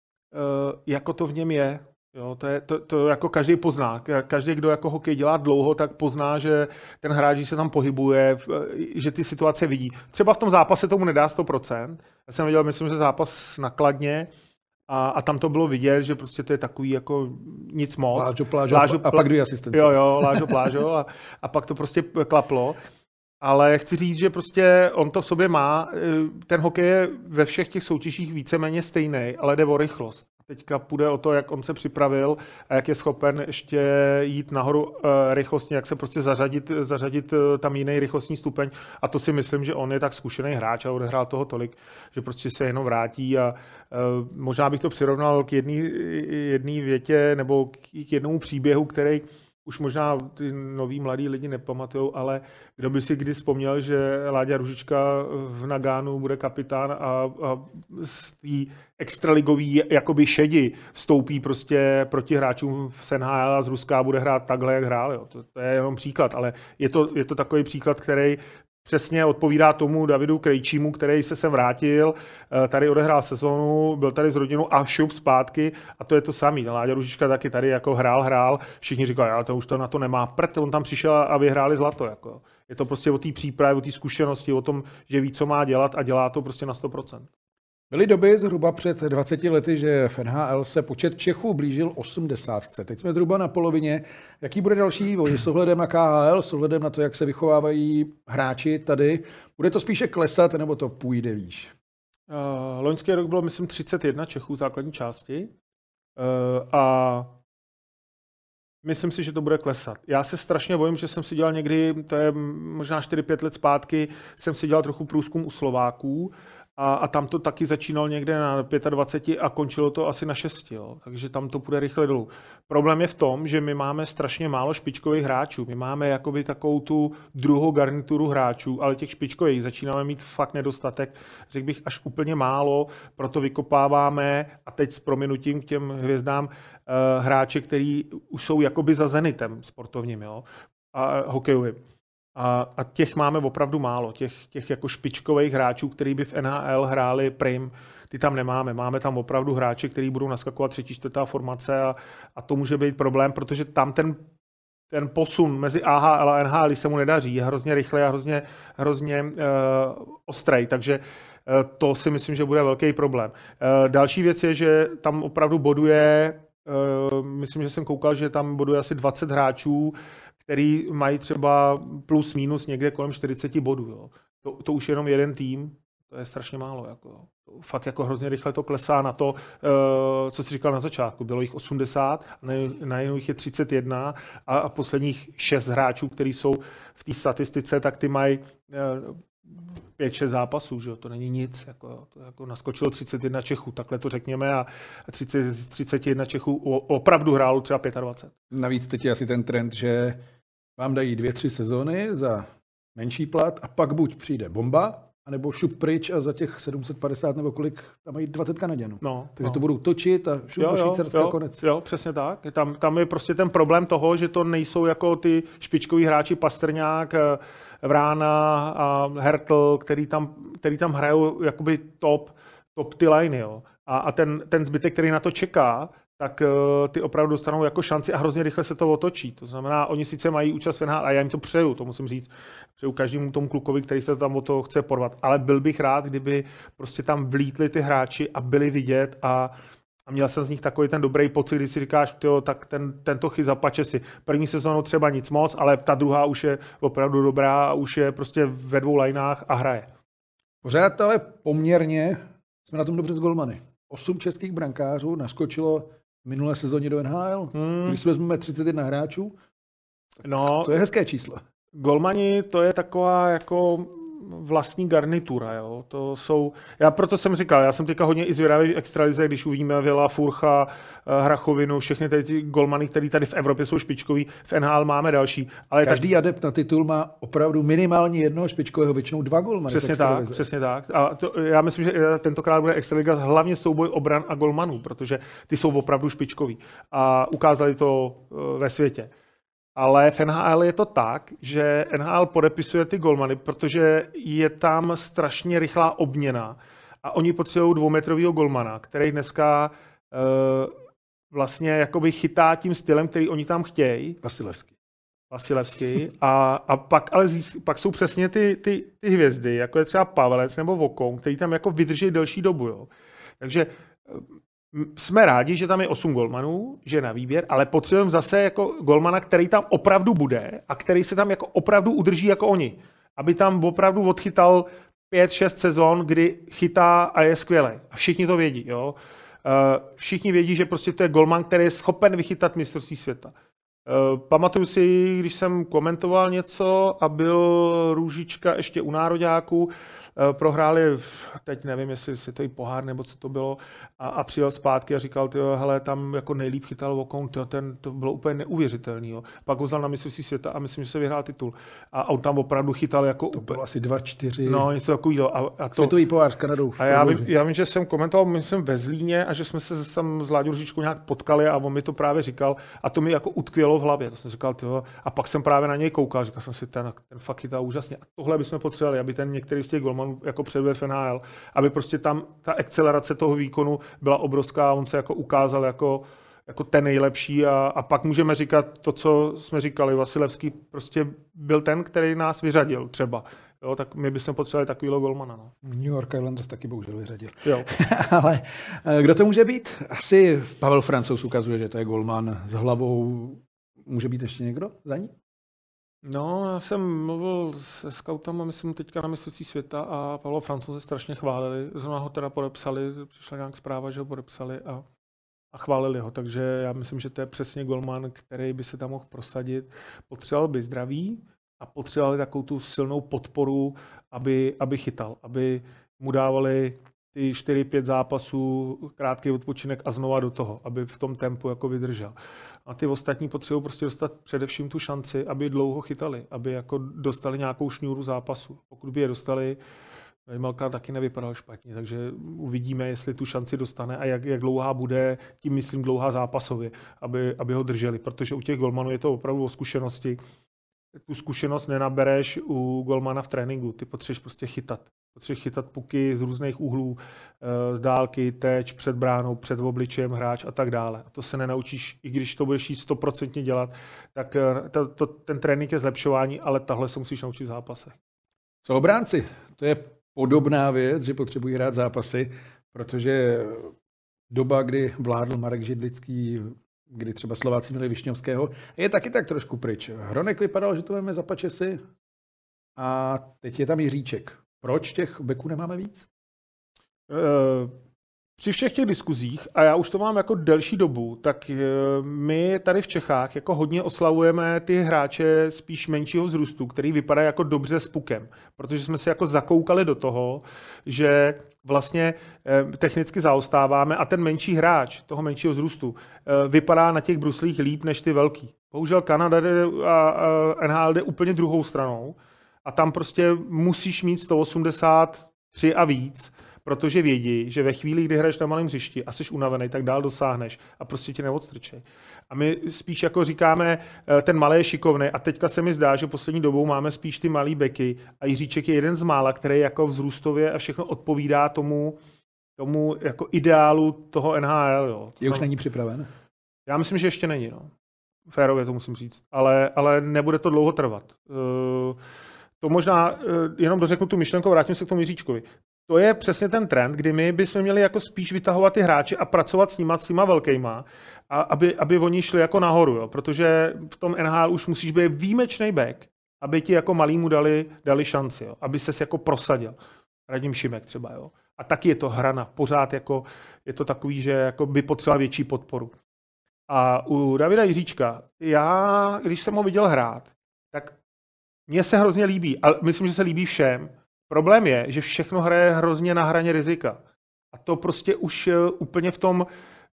uh, jako to v něm je. Jo, to, je to, to jako každý pozná. Každý, kdo jako hokej dělá dlouho, tak pozná, že ten hráč, když se tam pohybuje, že ty situace vidí. Třeba v tom zápase tomu nedá sto procent. Já jsem viděl, myslím, že zápas na Kladně a, a tam to bylo vidět, že prostě to je takový jako nic moc. Lážo, plážo, Lážo, a pak dvě asistence. Jo, jo, Lážo, plážo a, a pak to prostě klaplo. Ale chci říct, že prostě on to v sobě má. Ten hokej je ve všech těch soutěžích víceméně stejný, ale jde o rychlost. Teďka půjde o to, jak on se připravil a jak je schopen ještě jít nahoru uh, rychlostně, jak se prostě zařadit, zařadit uh, tam jiný rychlostní stupeň. A to si myslím, že on je tak zkušený hráč a odehrál toho tolik, že prostě se jenom vrátí a uh, možná bych to přirovnal k jedné větě nebo k, k jednomu příběhu, který už možná ty noví mladí lidi nepamatujou, ale kdo by si kdy vzpomněl, že Láďa Růžička v Nagánu bude kapitán a, a z té extraligový jakoby šedi vstoupí prostě proti hráčům v N H L a z Ruska bude hrát takhle, jak hrál. Jo. To, to je jenom příklad, ale je to, je to takový příklad, který přesně odpovídá tomu Davidu Krejčímu, který se sem vrátil, tady odehrál sezonu, byl tady s rodinou a šup zpátky a to je to samý. Láďa Růžička taky tady jako hrál, hrál, všichni říkali, ale to už to na to nemá prd, on tam přišel a vyhráli zlato. Jako. Je to prostě o té přípravě, o té zkušenosti, o tom, že ví, co má dělat a dělá to prostě na sto procent. Byly doby zhruba před dvaceti lety, že v N H L se počet Čechů blížil osmdesátce. Teď jsme zhruba na polovině. Jaký bude další vývoj s ohledem na K H L, s ohledem na to, jak se vychovávají hráči tady? Bude to spíše klesat, nebo to půjde výš? Uh, loňský rok bylo, myslím, třicet jedna Čechů v základní části. Uh, a myslím si, že to bude klesat. Já se strašně bojím, že jsem si dělal někdy, to je možná čtyři pět let zpátky, jsem si dělal trochu průzkum u Slováků, A, a tam to taky začínalo někde na dvacet pět a končilo to asi na šesti, jo. Takže tam to půjde rychle dolů. Problém je v tom, že my máme strašně málo špičkových hráčů. My máme jakoby takovou tu druhou garnituru hráčů, ale těch špičkových začínáme mít fakt nedostatek. Řekl bych až úplně málo, proto vykopáváme a teď s prominutím k těm hvězdám uh, hráče, který už jsou jakoby za Zenitem sportovním, jo, a hokejovým. A, a těch máme opravdu málo, těch, těch jako špičkových hráčů, který by v N H L hráli prim, ty tam nemáme. Máme tam opravdu hráče, který budou naskakovat třetí, čtvrtá formace a, a to může být problém, protože tam ten, ten posun mezi A H L a N H L se mu nedaří, je hrozně rychlý a hrozně, hrozně uh, ostrej, takže uh, to si myslím, že bude velký problém. Uh, další věc je, že tam opravdu boduje, uh, myslím, že jsem koukal, že tam boduje asi dvacet hráčů, který mají třeba plus minus někde kolem čtyřicet bodů. Jo. To, to už je jenom jeden tým, to je strašně málo. Jako. Fakt jako hrozně rychle to klesá na to, uh, co jsi říkal na začátku. Bylo jich osmdesát, na jednou jich je třicet jedna a, a posledních šest hráčů, kteří jsou v té statistice, tak ty mají uh, pět šest zápasů, že jo? To není nic. Jako, to jako naskočilo třicet jedna Čechů, takhle to řekněme, a třicet, třicet jedna Čechů opravdu hrálo třeba dvacet pět. Navíc teď je asi ten trend, že vám dají dvě, tři sezóny za menší plat a pak buď přijde bomba, anebo šup pryč a za těch sedm set padesát nebo kolik tam mají dvacet Kanaděnů. No, Takže no. to budou točit a šup do Švýcarska jo, konec. Jo, přesně tak. Tam, tam je prostě ten problém toho, že to nejsou jako ty špičkoví hráči Pastrňák, Vrána a Hertl, který tam, který tam hrajou jakoby top, top ty liney. Jo. A, a ten, ten zbytek, který na to čeká, tak uh, ty opravdu dostanou jako šanci a hrozně rychle se to otočí. To znamená, oni sice mají účast v N H L a já jim to přeju, to musím říct, přeju každému tomu klukovi, který se tam o to chce porvat. Ale byl bych rád, kdyby prostě tam vlítli ty hráči a byli vidět a A měl jsem z nich takový ten dobrý pocit, když si říkáš, tyjo, tak ten, tento chyt zapače si. První sezónu třeba nic moc, ale ta druhá už je opravdu dobrá a už je prostě ve dvou lineách a hraje. Pořád ale poměrně jsme na tom dobře s golmany. Osm českých brankářů naskočilo v minulé sezóně do N H L. Hmm. Když si vezmeme třicet jedna hráčů, no, to je hezké číslo. Golmani, to je taková jako vlastní garnitura, jo. To jsou, já proto jsem říkal, já jsem teďka hodně i zvědavý v extralize, když uvidíme Vila, Furcha, Hrachovinu, všechny tady ty golmany, který tady v Evropě jsou špičkoví, v N H L máme další. Ale každý tak, adept na titul má opravdu minimálně jednoho špičkového, většinou dva golmany. Přesně tak, přesně tak. A to, já myslím, že tentokrát bude extraliga hlavně souboj obran a golmanů, protože ty jsou opravdu špičkoví. A ukázali to ve světě. Ale v N H L je to tak, že N H L podepisuje ty golmany, protože je tam strašně rychlá obměna a oni potřebují dvoumetrovýho golmana, který dneska uh, vlastně jakoby chytá tím stylem, který oni tam chtějí. Vasilevský. Vasilevský. A, a pak, ale zís, pak jsou přesně ty, ty, ty hvězdy, jako je třeba Pavelec nebo Vokoun, který tam jako vydrží delší dobu. Jo. Takže jsme rádi, že tam je osm golmanů, že je na výběr, ale potřebujeme zase jako golmana, který tam opravdu bude a který se tam jako opravdu udrží jako oni. Aby tam opravdu odchytal pět, šest sezon, kdy chytá a je skvělý. A všichni to vědí. Jo? Všichni vědí, že prostě to je golman, který je schopen vychytat mistrovství světa. Pamatuju si, když jsem komentoval něco a byl Růžička ještě u nároďáků, prohráli, teď nevím, jestli světový pohár nebo co to bylo, a, a přijel zpátky a říkal, tyjo, hele, tam jako nejlíp chytal Vokoun, tyjo, ten, to bylo úplně neuvěřitelný. Jo. Pak ho vzal na mistrovství světa a myslím, že se vyhrál titul. A on tam opravdu chytal jako to úplně. bylo asi dva čtyři. No, něco takového. A, a to, světový pohár s Kanadou. A já vím, já vím, že jsem komentoval, myslím, ve Zlíně a že jsme se tam s Láďou Růžičkou nějak potkali a on mi to právě říkal a to mi jako utkvělo v hlavě. To jsem říkal, tyjo, a pak jsem právě na něj koukal, říkal jsem si, ten, ten fakt chytal úžasně. A tohle bychom potřebovali, aby ten některý z těch golmanů jako předvedl v N H L, aby prostě tam ta akcelerace toho výkonu byla obrovská, on se jako ukázal jako, jako ten nejlepší a, a pak můžeme říkat to, co jsme říkali, Vasilevský prostě byl ten, který nás vyřadil třeba. Jo, tak my bychom potřebovali takovýhle golmana. No. New York Islanders taky bohužel vyřadil. Jo. Ale kdo to může být? Asi Pavel Francouz ukazuje, že to je golman s hlavou. Může být ještě někdo za ní? No, já jsem mluvil se skautama, myslím, teďka na mistrovství světa a Pavla Francouze strašně chválili. Zrovna ho teda podepsali, přišla nějak zpráva, že ho podepsali a, a chválili ho. Takže já myslím, že to je přesně golman, který by se tam mohl prosadit. Potřeboval by zdraví a potřebovali takovou tu silnou podporu, aby, aby chytal, aby mu dávali ty čtyři pět zápasů, krátký odpočinek a znova do toho, aby v tom tempu jako vydržel. A ty ostatní potřebují prostě dostat především tu šanci, aby dlouho chytali, aby jako dostali nějakou šňůru zápasu. Pokud by je dostali, Melka taky nevypadal špatně, takže uvidíme, jestli tu šanci dostane a jak, jak dlouhá bude, tím myslím dlouhá zápasově, aby, aby ho drželi, protože u těch golmanů je to opravdu o zkušenosti. Tu zkušenost nenabereš u golmana v tréninku, ty potřebuješ prostě chytat. Potřebuješ chytat puky z různých úhlů, z dálky, teč, před bránou, před obličejem hráč a tak dále. A to se nenaučíš, i když to budeš jít stoprocentně dělat, tak to, to, ten trénink je zlepšování, ale tahle se musíš naučit v zápasech. Co obránci? To je podobná věc, že potřebují hrát zápasy, protože doba, kdy vládl Marek Židlický, kdy třeba Slováci měli Višňovského, je taky tak trošku pryč. Hronek vypadal, že to máme za pačesy a teď je tam Jiříček. Proč těch beků nemáme víc? Při všech těch diskuzích, a já už to mám jako delší dobu, tak my tady v Čechách jako hodně oslavujeme ty hráče spíš menšího vzrůstu, který vypadá jako dobře s pukem, protože jsme se jako zakoukali do toho, že vlastně technicky zaostáváme a ten menší hráč toho menšího vzrůstu vypadá na těch bruslích líp než ty velký. Bohužel Kanada a N H L jde úplně druhou stranou a tam prostě musíš mít sto osmdesát tři a víc, protože vědí, že ve chvíli, kdy hraješ na malém hřišti a jsi unavený, tak dál dosáhneš a prostě tě neodstrčej. A my spíš jako říkáme, ten malý je šikovný a teďka se mi zdá, že poslední dobou máme spíš ty malý beky a Jiříček je jeden z mála, který jako vzrůstově a všechno odpovídá tomu, tomu jako ideálu toho N H L. Jo. Je už není připraven? Já myslím, že ještě není. No. Férově to musím říct. Ale, ale nebude to dlouho trvat. Uh, to možná, uh, jenom dořeknu tu myšlenku, vrátím se k tomu Jiříčkovi. to je přesně ten trend, kdy my bychom měli jako spíš vytahovat ty hráče a pracovat s nima, s těma velkýma, a aby, aby oni šli jako nahoru, jo? Protože v tom N H L už musíš být výjimečný back, aby ti jako malýmu dali, dali šanci, jo? Aby ses jako prosadil. Radim Šimek třeba, jo. A taky je to hrana, pořád jako, je to takový, že jako by potřeboval větší podporu. A u Davida Jiříčka, já, když jsem ho viděl hrát, tak mně se hrozně líbí, ale myslím, že se líbí všem. Problém je, že všechno hraje hrozně na hraně rizika. A to prostě už úplně v tom,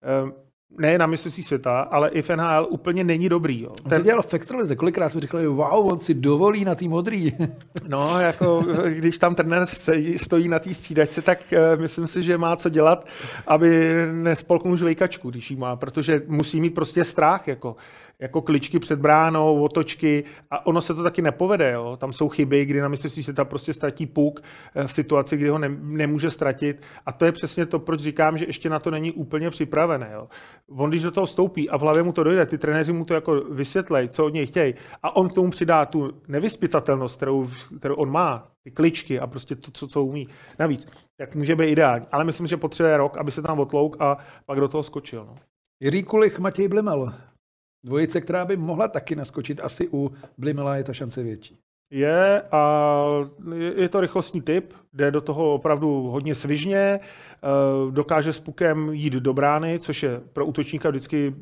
ne na mistrovství světa, ale i v N H L úplně není dobrý. Jo. Ten... To dělal v extralize, kolikrát jsme říkali, wow, on si dovolí na tý modrý. No, jako když tam trenér stojí na té střídačce, tak uh, myslím si, že má co dělat, aby nespolknul žvejkačku, když jí má, protože musí mít prostě strach, jako, jako kličky před bránou, otočky, a ono se to taky nepovede. Jo. Tam jsou chyby, kdy na mistrovství světa prostě ztratí puk v situaci, kdy ho ne, nemůže ztratit, a to je přesně to, proč říkám, že ještě na to není úplně připravený. Jo. On, když do toho stoupí a v hlavě mu to dojde, ty trenéři mu to jako vysvětlej, co od něj chtějí, a on k tomu přidá tu nevyzpytatelnost, kterou, kterou on má, ty kličky a prostě to, co, co umí navíc, tak může být ideální. Ale myslím, že potřebuje rok, aby se tam otlouk a pak do toho skočil. No. Jiří Kulich, Matěj Blimel. Dvojice, která by mohla taky naskočit, asi u Blimela je ta šance větší. Je a je to rychlostní typ, jde do toho opravdu hodně svižně, dokáže s pukem jít do brány, což je pro útočníka vždycky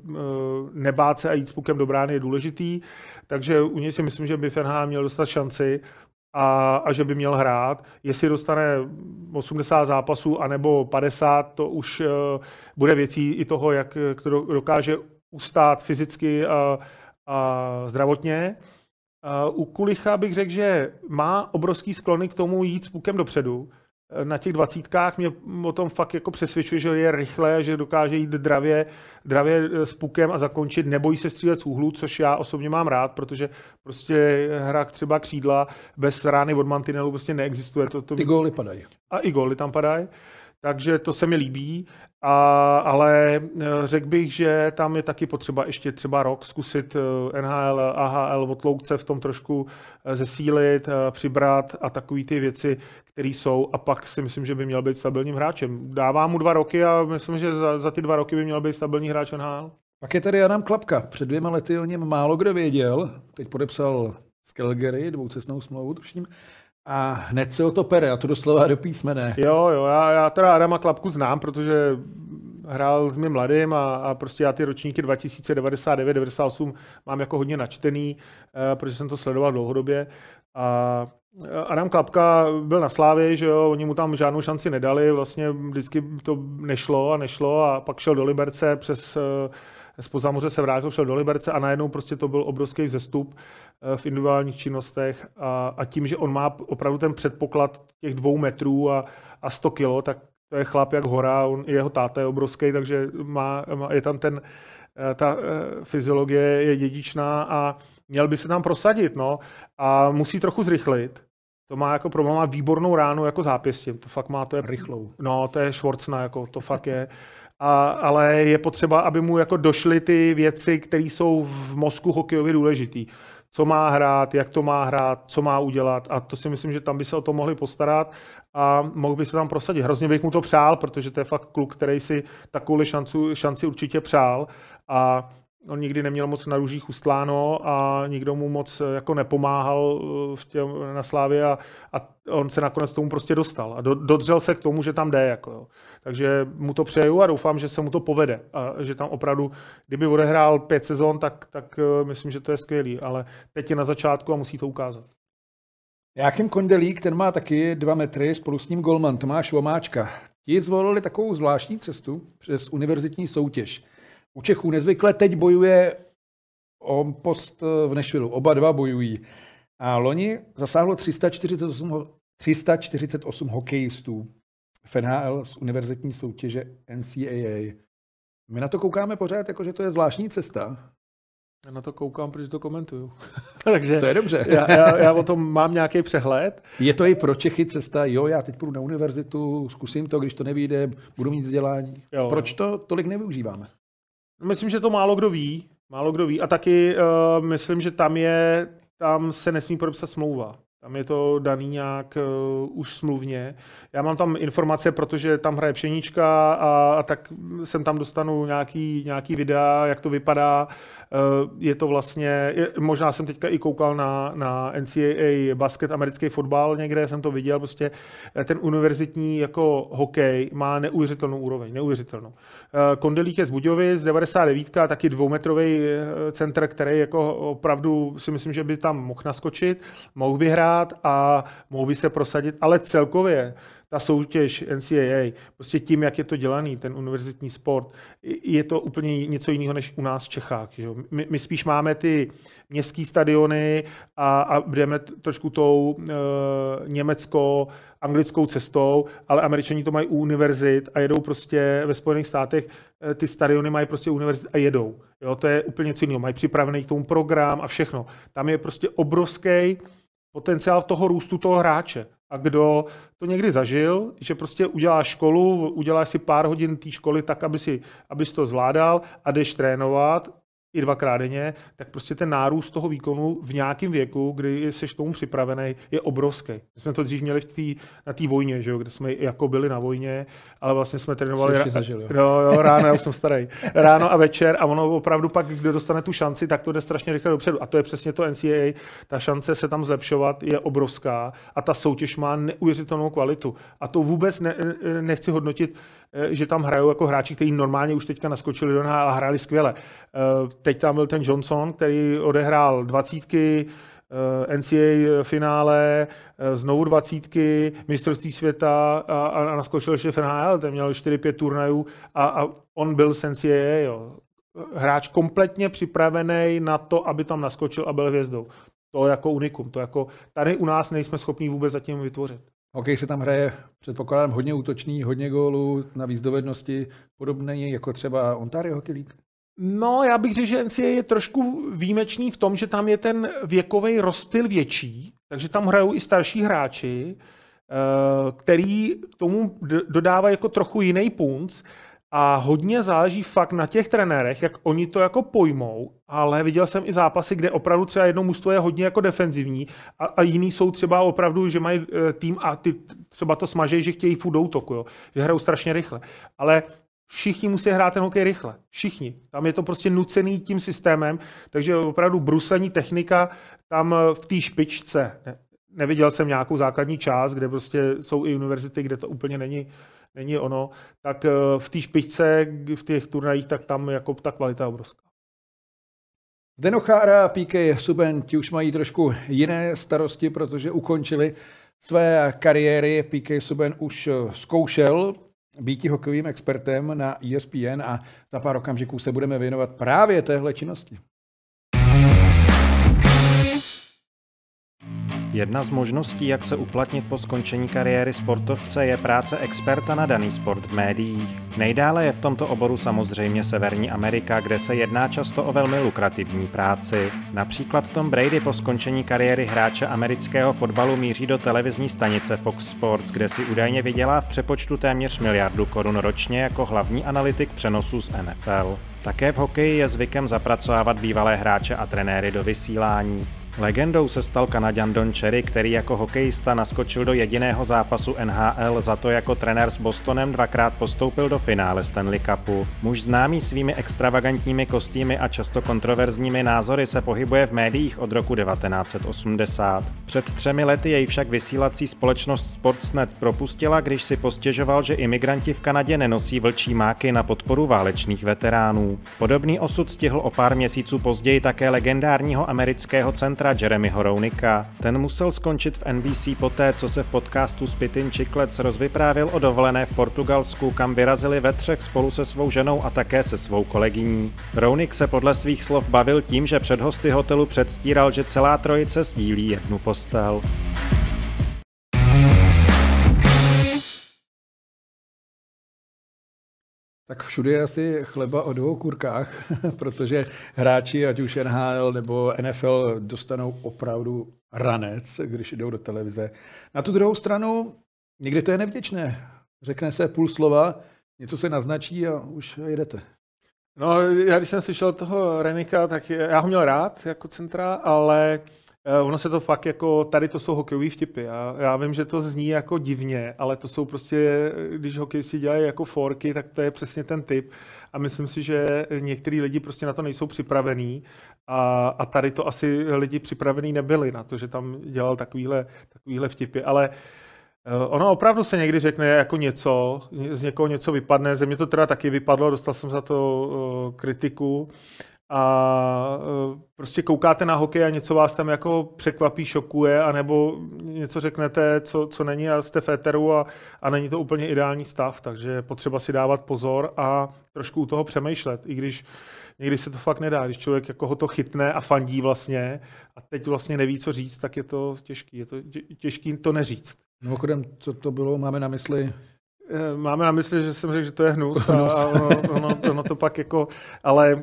nebát se a jít s pukem do brány je důležitý, takže u něj si myslím, že by F N H měl dostat šanci a, a že by měl hrát. Jestli dostane osmdesát zápasů anebo padesát, to už bude věcí i toho, jak to dokáže ustát fyzicky a, a zdravotně. Uh, u Kulicha bych řekl, že má obrovský sklony k tomu jít s pukem dopředu. Na těch dvacítkách mě o tom fakt jako přesvědčuje, že je rychle, že dokáže jít dravě, dravě s pukem a zakončit, nebojí se střílet z úhlu, což já osobně mám rád, protože prostě hra třeba křídla bez rány od mantinelu prostě neexistuje. To, to... Ty góly padají. A i góly tam padají. Takže to se mi líbí, a, ale řekl bych, že tam je taky potřeba ještě třeba rok zkusit N H L, A H L, otloukce v tom trošku zesílit, přibrat a takový ty věci, které jsou, a pak si myslím, že by měl být stabilním hráčem. Dává mu dva roky a myslím, že za, za ty dva roky by měl být stabilní hráč N H L. Pak je tady Adam Klapka. Před dvěma lety o něm málo kdo věděl. Teď podepsal s Calgary dvoucestnou smlouvu, tuším. A hned se o to pere, a to doslova do písmene. Jo, jo, já, já teda Adama Klapku znám, protože hrál s mým mladým a, a prostě já ty ročníky dva tisíce devadesát devět devadesát osm mám jako hodně načtený, eh, protože jsem to sledoval dlouhodobě. A Adam Klapka byl na Slávě, že jo, oni mu tam žádnou šanci nedali, vlastně vždycky to nešlo a nešlo a pak šel do Liberce přes... Zpoza moře se vrátil, šel do Liberce a najednou prostě to byl obrovský vzestup v individuálních činnostech a, a tím, že on má opravdu ten předpoklad těch dvou metrů a, a sto kilo, tak to je chlap jak hora, on, jeho táta je obrovský, takže má, je tam ten, ta fyziologie je dědičná a měl by se tam prosadit, no, a musí trochu zrychlit. To má jako problém, má výbornou ránu jako zápěstím, to fakt má, to je rychlou. No, to je Schwarzna, jako to fakt je. A, ale je potřeba, aby mu jako došly ty věci, které jsou v mozku hokejově důležitý. Co má hrát, jak to má hrát, co má udělat, a to si myslím, že tam by se o to mohli postarat a mohl by se tam prosadit. Hrozně bych mu to přál, protože to je fakt kluk, který si takovou šanci, šanci určitě přál a on nikdy neměl moc na růžích ustláno a nikdo mu moc jako nepomáhal v tě, na Slávě a, a on se nakonec tomu prostě dostal a do, dodržel se k tomu, že tam jde. Jako, jo. Takže mu to přeju a doufám, že se mu to povede a že tam opravdu, kdyby odehrál pět sezon, tak, tak myslím, že to je skvělý, ale teď je na začátku a musí to ukázat. Jáchym Kondelík, ten má taky dva metry, spolu s ním golman Tomáš Vomáčka. Ti zvolili takovou zvláštní cestu přes univerzitní soutěž. U Čechů nezvykle teď bojuje o post v Nashvillu. Oba dva bojují. A loni zasáhlo tři sta čtyřicet osm, tři sta čtyřicet osm hokejistů v N H L z univerzitní soutěže N C A A. My na to koukáme pořád, jako že to je zvláštní cesta. Já na to koukám, protože to komentuju. Takže to je dobře. já, já, já o tom mám nějaký přehled. Je to i pro Čechy cesta, jo, já teď půjdu na univerzitu, zkusím to, když to nevyjde, budu mít vzdělání. Jo. Proč to tolik nevyužíváme? Myslím, že to málo kdo ví. Málo kdo ví. A taky uh, myslím, že tam je, tam se nesmí podepsat smlouva. Tam je to daný nějak uh, už smluvně. Já mám tam informace, protože tam hraje Pšenička a, a tak sem tam dostanu nějaký, nějaký videa, jak to vypadá. Uh, je to vlastně, je, možná jsem teďka i koukal na, na N C A A basket, americký fotbal, někde jsem to viděl, prostě ten univerzitní jako hokej má neuvěřitelnou úroveň, neuvěřitelnou. Uh, Kondelík je z Budějovic, devadesát devět, taky dvoumetrový center, který jako opravdu si myslím, že by tam mohl naskočit, mohl by hrát a mohl by se prosadit, ale celkově ta soutěž N C A A, prostě tím, jak je to dělaný, ten univerzitní sport, je to úplně něco jiného než u nás v Čechách. Že? My, my spíš máme ty městské stadiony a, a jdeme trošku tou e, německo-anglickou cestou, ale Američani to mají u univerzit a jedou prostě ve Spojených státech, e, ty stadiony mají prostě univerzit a jedou. Jo? To je úplně něco jiného. Mají připravený k tomu program a všechno. Tam je prostě obrovský potenciál toho růstu toho hráče. A kdo to někdy zažil, že prostě uděláš školu, uděláš si pár hodin té školy tak, aby si, abys to zvládal a jdeš trénovat i dvakrát denně, tak prostě ten nárůst toho výkonu v nějakém věku, kdy jsi k tomu připravený, je obrovský. My jsme to dřív měli v tý, na té vojně, že jo, kde jsme jako byli na vojně, ale vlastně jsme trénovali ještě zažil, jo. Jo, jo, ráno, já už jsem starý. Ráno a večer a ono opravdu pak, kdo dostane tu šanci, tak to jde strašně rychle dopředu. A to je přesně to N C A A. Ta šance se tam zlepšovat je obrovská a ta soutěž má neuvěřitelnou kvalitu. A to vůbec ne, nechci hodnotit, že tam hrajou jako hráči, kteří normálně už teďka naskočili do N H L a hráli skvěle. Teď tam byl ten Johnson, který odehrál dvacítky, N C A A finále, znovu dvacítky, mistrovství světa a, a naskočil ještě v N H L, ten měl čtyři pět turnajů a, a on byl z N C A A. Jo. Hráč kompletně připravený na to, aby tam naskočil a byl hvězdou. To jako unikum, to jako tady u nás nejsme schopní vůbec zatím vytvořit. Hokej se tam hraje, předpokládám, hodně útočný, hodně gólů, navíc dovednosti, podobné jako třeba Ontario Hockey League. No, já bych řekl, že N C A A je trošku výjimečný v tom, že tam je ten věkový rozptyl větší, takže tam hrajou i starší hráči, který k tomu dodávají jako trochu jiný punc a hodně záleží fakt na těch trenérech, jak oni to jako pojmou, ale viděl jsem i zápasy, kde opravdu třeba jedno mužstvo je hodně jako defenzivní a, a jiný jsou třeba opravdu, že mají tým a ty třeba to smažejí, že chtějí furt do útoku, jo, že hrajou strašně rychle. Ale všichni musí hrát ten hokej rychle. Všichni. Tam je to prostě nucený tím systémem, takže opravdu bruslení technika tam v té špičce. Ne, neviděl jsem nějakou základní část, kde prostě jsou i univerzity, kde to úplně není, není ono. Tak v té špičce, v těch turnajích, tak tam jako ta kvalita je obrovská. Zdeno Chára a P K Subban ti už mají trošku jiné starosti, protože ukončili své kariéry. P K Subban už zkoušel být hokejovým expertem na E S P N a za pár okamžiků se budeme věnovat právě téhle činnosti. Jedna z možností, jak se uplatnit po skončení kariéry sportovce, je práce experta na daný sport v médiích. Nejdále je v tomto oboru samozřejmě Severní Amerika, kde se jedná často o velmi lukrativní práci. Například Tom Brady po skončení kariéry hráče amerického fotbalu míří do televizní stanice Fox Sports, kde si údajně vydělá v přepočtu téměř miliardu korun ročně jako hlavní analytik přenosů z N F L. Také v hokeji je zvykem zapracovávat bývalé hráče a trenéry do vysílání. Legendou se stal Kanaďan Don Cherry, který jako hokejista naskočil do jediného zápasu N H L, za to jako trenér s Bostonem dvakrát postoupil do finále Stanley Cupu. Muž známý svými extravagantními kostýmy a často kontroverzními názory se pohybuje v médiích od roku devatenáct set osmdesát. Před třemi lety jej však vysílací společnost Sportsnet propustila, když si postěžoval, že imigranti v Kanadě nenosí vlčí máky na podporu válečných veteránů. Podobný osud stihl o pár měsíců později také legendárního amerického centra Jeremyho Rownicka. Ten musel skončit v N B C poté, co se v podcastu Spittin' Chiclets rozvyprávěl o dovolené v Portugalsku, kam vyrazili ve třech spolu se svou ženou a také se svou kolegyní. Rownick se podle svých slov bavil tím, že před hosty hotelu předstíral, že celá trojice sdílí jednu postel. Tak všude je asi chleba o dvou kurkách, protože hráči, ať už N H L nebo N F L, dostanou opravdu ranec, když jdou do televize. Na tu druhou stranu, někdy to je nevděčné. Řekne se půl slova, něco se naznačí a už jedete. No, já když jsem slyšel toho Renika, tak já ho měl rád jako centra, ale ono se to fakt jako, tady to jsou hokejový vtipy. Já, já vím, že to zní jako divně, ale to jsou prostě, když hokejisti dělají jako forky, tak to je přesně ten typ. A myslím si, že některý lidi prostě na to nejsou připravení a, a tady to asi lidi připravení nebyli na to, že tam dělal takovýhle, takovýhle vtipy. Ale ono opravdu se někdy řekne jako něco, z někoho něco vypadne, ze mě to teda taky vypadlo, dostal jsem za to uh, kritiku a uh, prostě koukáte na hokej a něco vás tam jako překvapí, šokuje, anebo něco řeknete, co, co není a jste v éteru a, a není to úplně ideální stav, takže je potřeba si dávat pozor a trošku u toho přemýšlet, i když někdy se to fakt nedá, když člověk jako ho to chytne a fandí vlastně a teď vlastně neví, co říct, tak je to těžký, je to těžký to neříct. Mimochodem, co to bylo, máme na mysli? Máme na mysli, že jsem řekl, že to je hnus a, a ono, ono, ono to pak jako, ale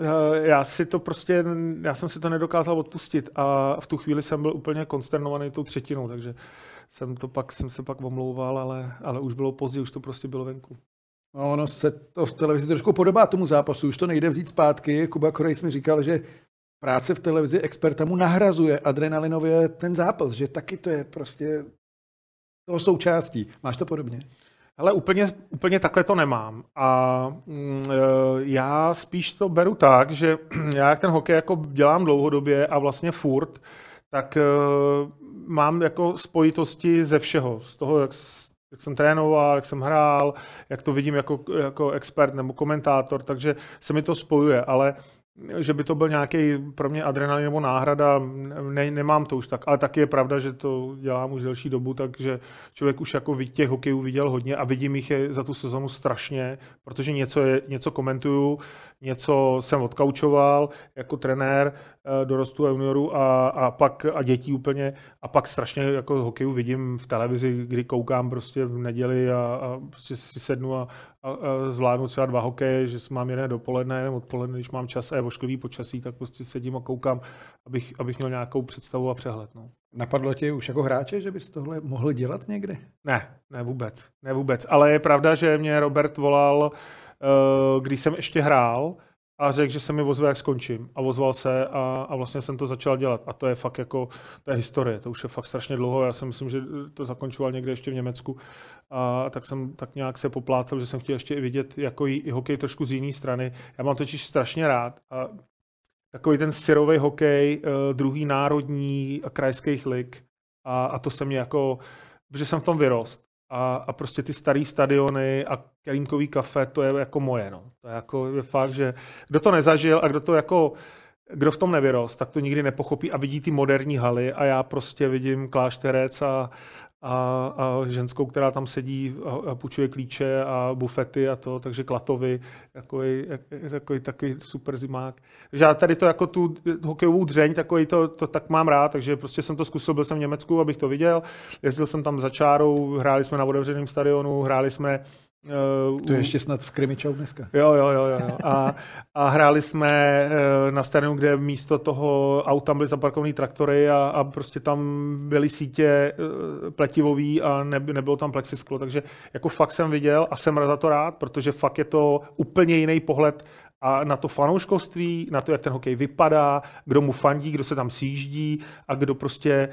já si to prostě, já jsem si to nedokázal odpustit a v tu chvíli jsem byl úplně konsternovaný tou třetinou, takže jsem to pak, jsem se pak omlouval, ale, ale už bylo pozdě, už to prostě bylo venku. No, ono se to v televizi trošku podobá tomu zápasu, už to nejde vzít zpátky. Kuba Korejc mi říkal, že práce v televizi experta mu nahrazuje adrenalinově ten zápas, že taky to je prostě toho součástí. Máš to podobně? Ale úplně, úplně takhle to nemám. A mm, já spíš to beru tak, že já jak ten hokej jako dělám dlouhodobě a vlastně furt, tak uh, mám jako spojitosti ze všeho. Z toho, jak, jak jsem trénoval, jak jsem hrál, jak to vidím jako, jako expert nebo komentátor, takže se mi to spojuje, ale že by to byl nějaký pro mě adrenalin nebo náhrada, ne, nemám to už tak. Ale taky je pravda, že to dělám už delší dobu, takže člověk už jako těch hokejů viděl hodně a vidím jich je za tu sezonu strašně, protože něco, je, něco komentuju, něco jsem odkaučoval jako trenér dorostu a juniorů a, a pak a dětí úplně a pak strašně jako hokejů vidím v televizi, kdy koukám prostě v neděli a, a prostě si sednu a, a, a zvládnu třeba dva hokeje, že mám jeden dopoledne, jeden odpoledne, když mám čas a je ošklivý počasí, tak prostě sedím a koukám, abych, abych měl nějakou představu a přehled. No. Napadlo tě už jako hráče, že bys tohle mohl dělat někdy? Ne, ne vůbec, ne vůbec. Ale je pravda, že mě Robert volal, když jsem ještě hrál, a řekl, že se mi ozve, jak skončím. A ozval se a, a vlastně jsem to začal dělat. A to je fakt jako, to je historie, to už je fakt strašně dlouho. Já si myslím, že to zakončoval někde ještě v Německu. A tak jsem tak nějak se poplácal, že jsem chtěl ještě i vidět jako i, i hokej trošku z jiné strany. Já mám totiž strašně rád. A takový ten syrový hokej, druhý národní a krajských lig. A, a to se mě jako, protože jsem v tom vyrost. A, a prostě ty starý stadiony a kelímkový kafe, to je jako moje, no. To je jako je fakt, že kdo to nezažil a kdo to jako, kdo v tom nevyrost, tak to nikdy nepochopí a vidí ty moderní haly a já prostě vidím Klášterec a, a, a ženskou, která tam sedí a, a půjčuje klíče a bufety a to, takže Klatovy, takový, takový, takový super zimák. Takže já tady to jako tu hokejovou dřeň, takový to, to tak mám rád, takže prostě jsem to zkusil, byl jsem v Německu, abych to viděl, jezdil jsem tam za čárou, hráli jsme na otevřeném stadionu, hráli jsme Uh, to je ještě snad v Krimičau dneska. Jo, jo, jo. jo. A, a hráli jsme uh, na stadionu, kde místo toho aut tam byly zaparkované traktory a, a prostě tam byly sítě uh, pletivový a ne, nebylo tam plexisklo. Takže jako fakt jsem viděl a jsem za to rád, protože fakt je to úplně jiný pohled a na to fanouškovství, na to, jak ten hokej vypadá, kdo mu fandí, kdo se tam sjíždí a kdo prostě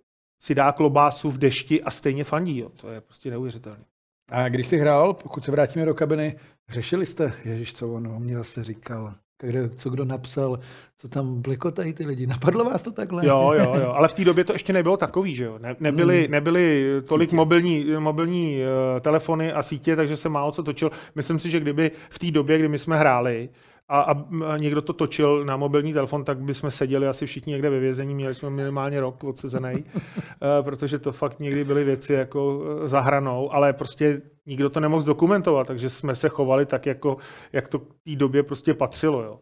si dá klobásu v dešti a stejně fandí. Jo. To je prostě neuvěřitelné. A když jsi hrál, pokud se vrátíme do kabiny, řešili jste, ježiš, co on mě zase říkal, kde, co kdo napsal, co tam blekotají ty lidi. Napadlo vás to takhle? Jo, jo, jo, ale v té době to ještě nebylo takový, že jo. Ne, nebyly, nebyly tolik mobilní, mobilní uh, telefony a sítě, takže se málo co točil. Myslím si, že kdyby v té době, kdy my jsme hráli, a, a, a někdo to točil na mobilní telefon, tak bychom seděli asi všichni někde ve vězení, měli jsme minimálně rok odsezený, protože to fakt někdy byly věci jako za hranou, ale prostě nikdo to nemohl zdokumentovat, takže jsme se chovali tak, jako, jak to v té době prostě patřilo. Jo.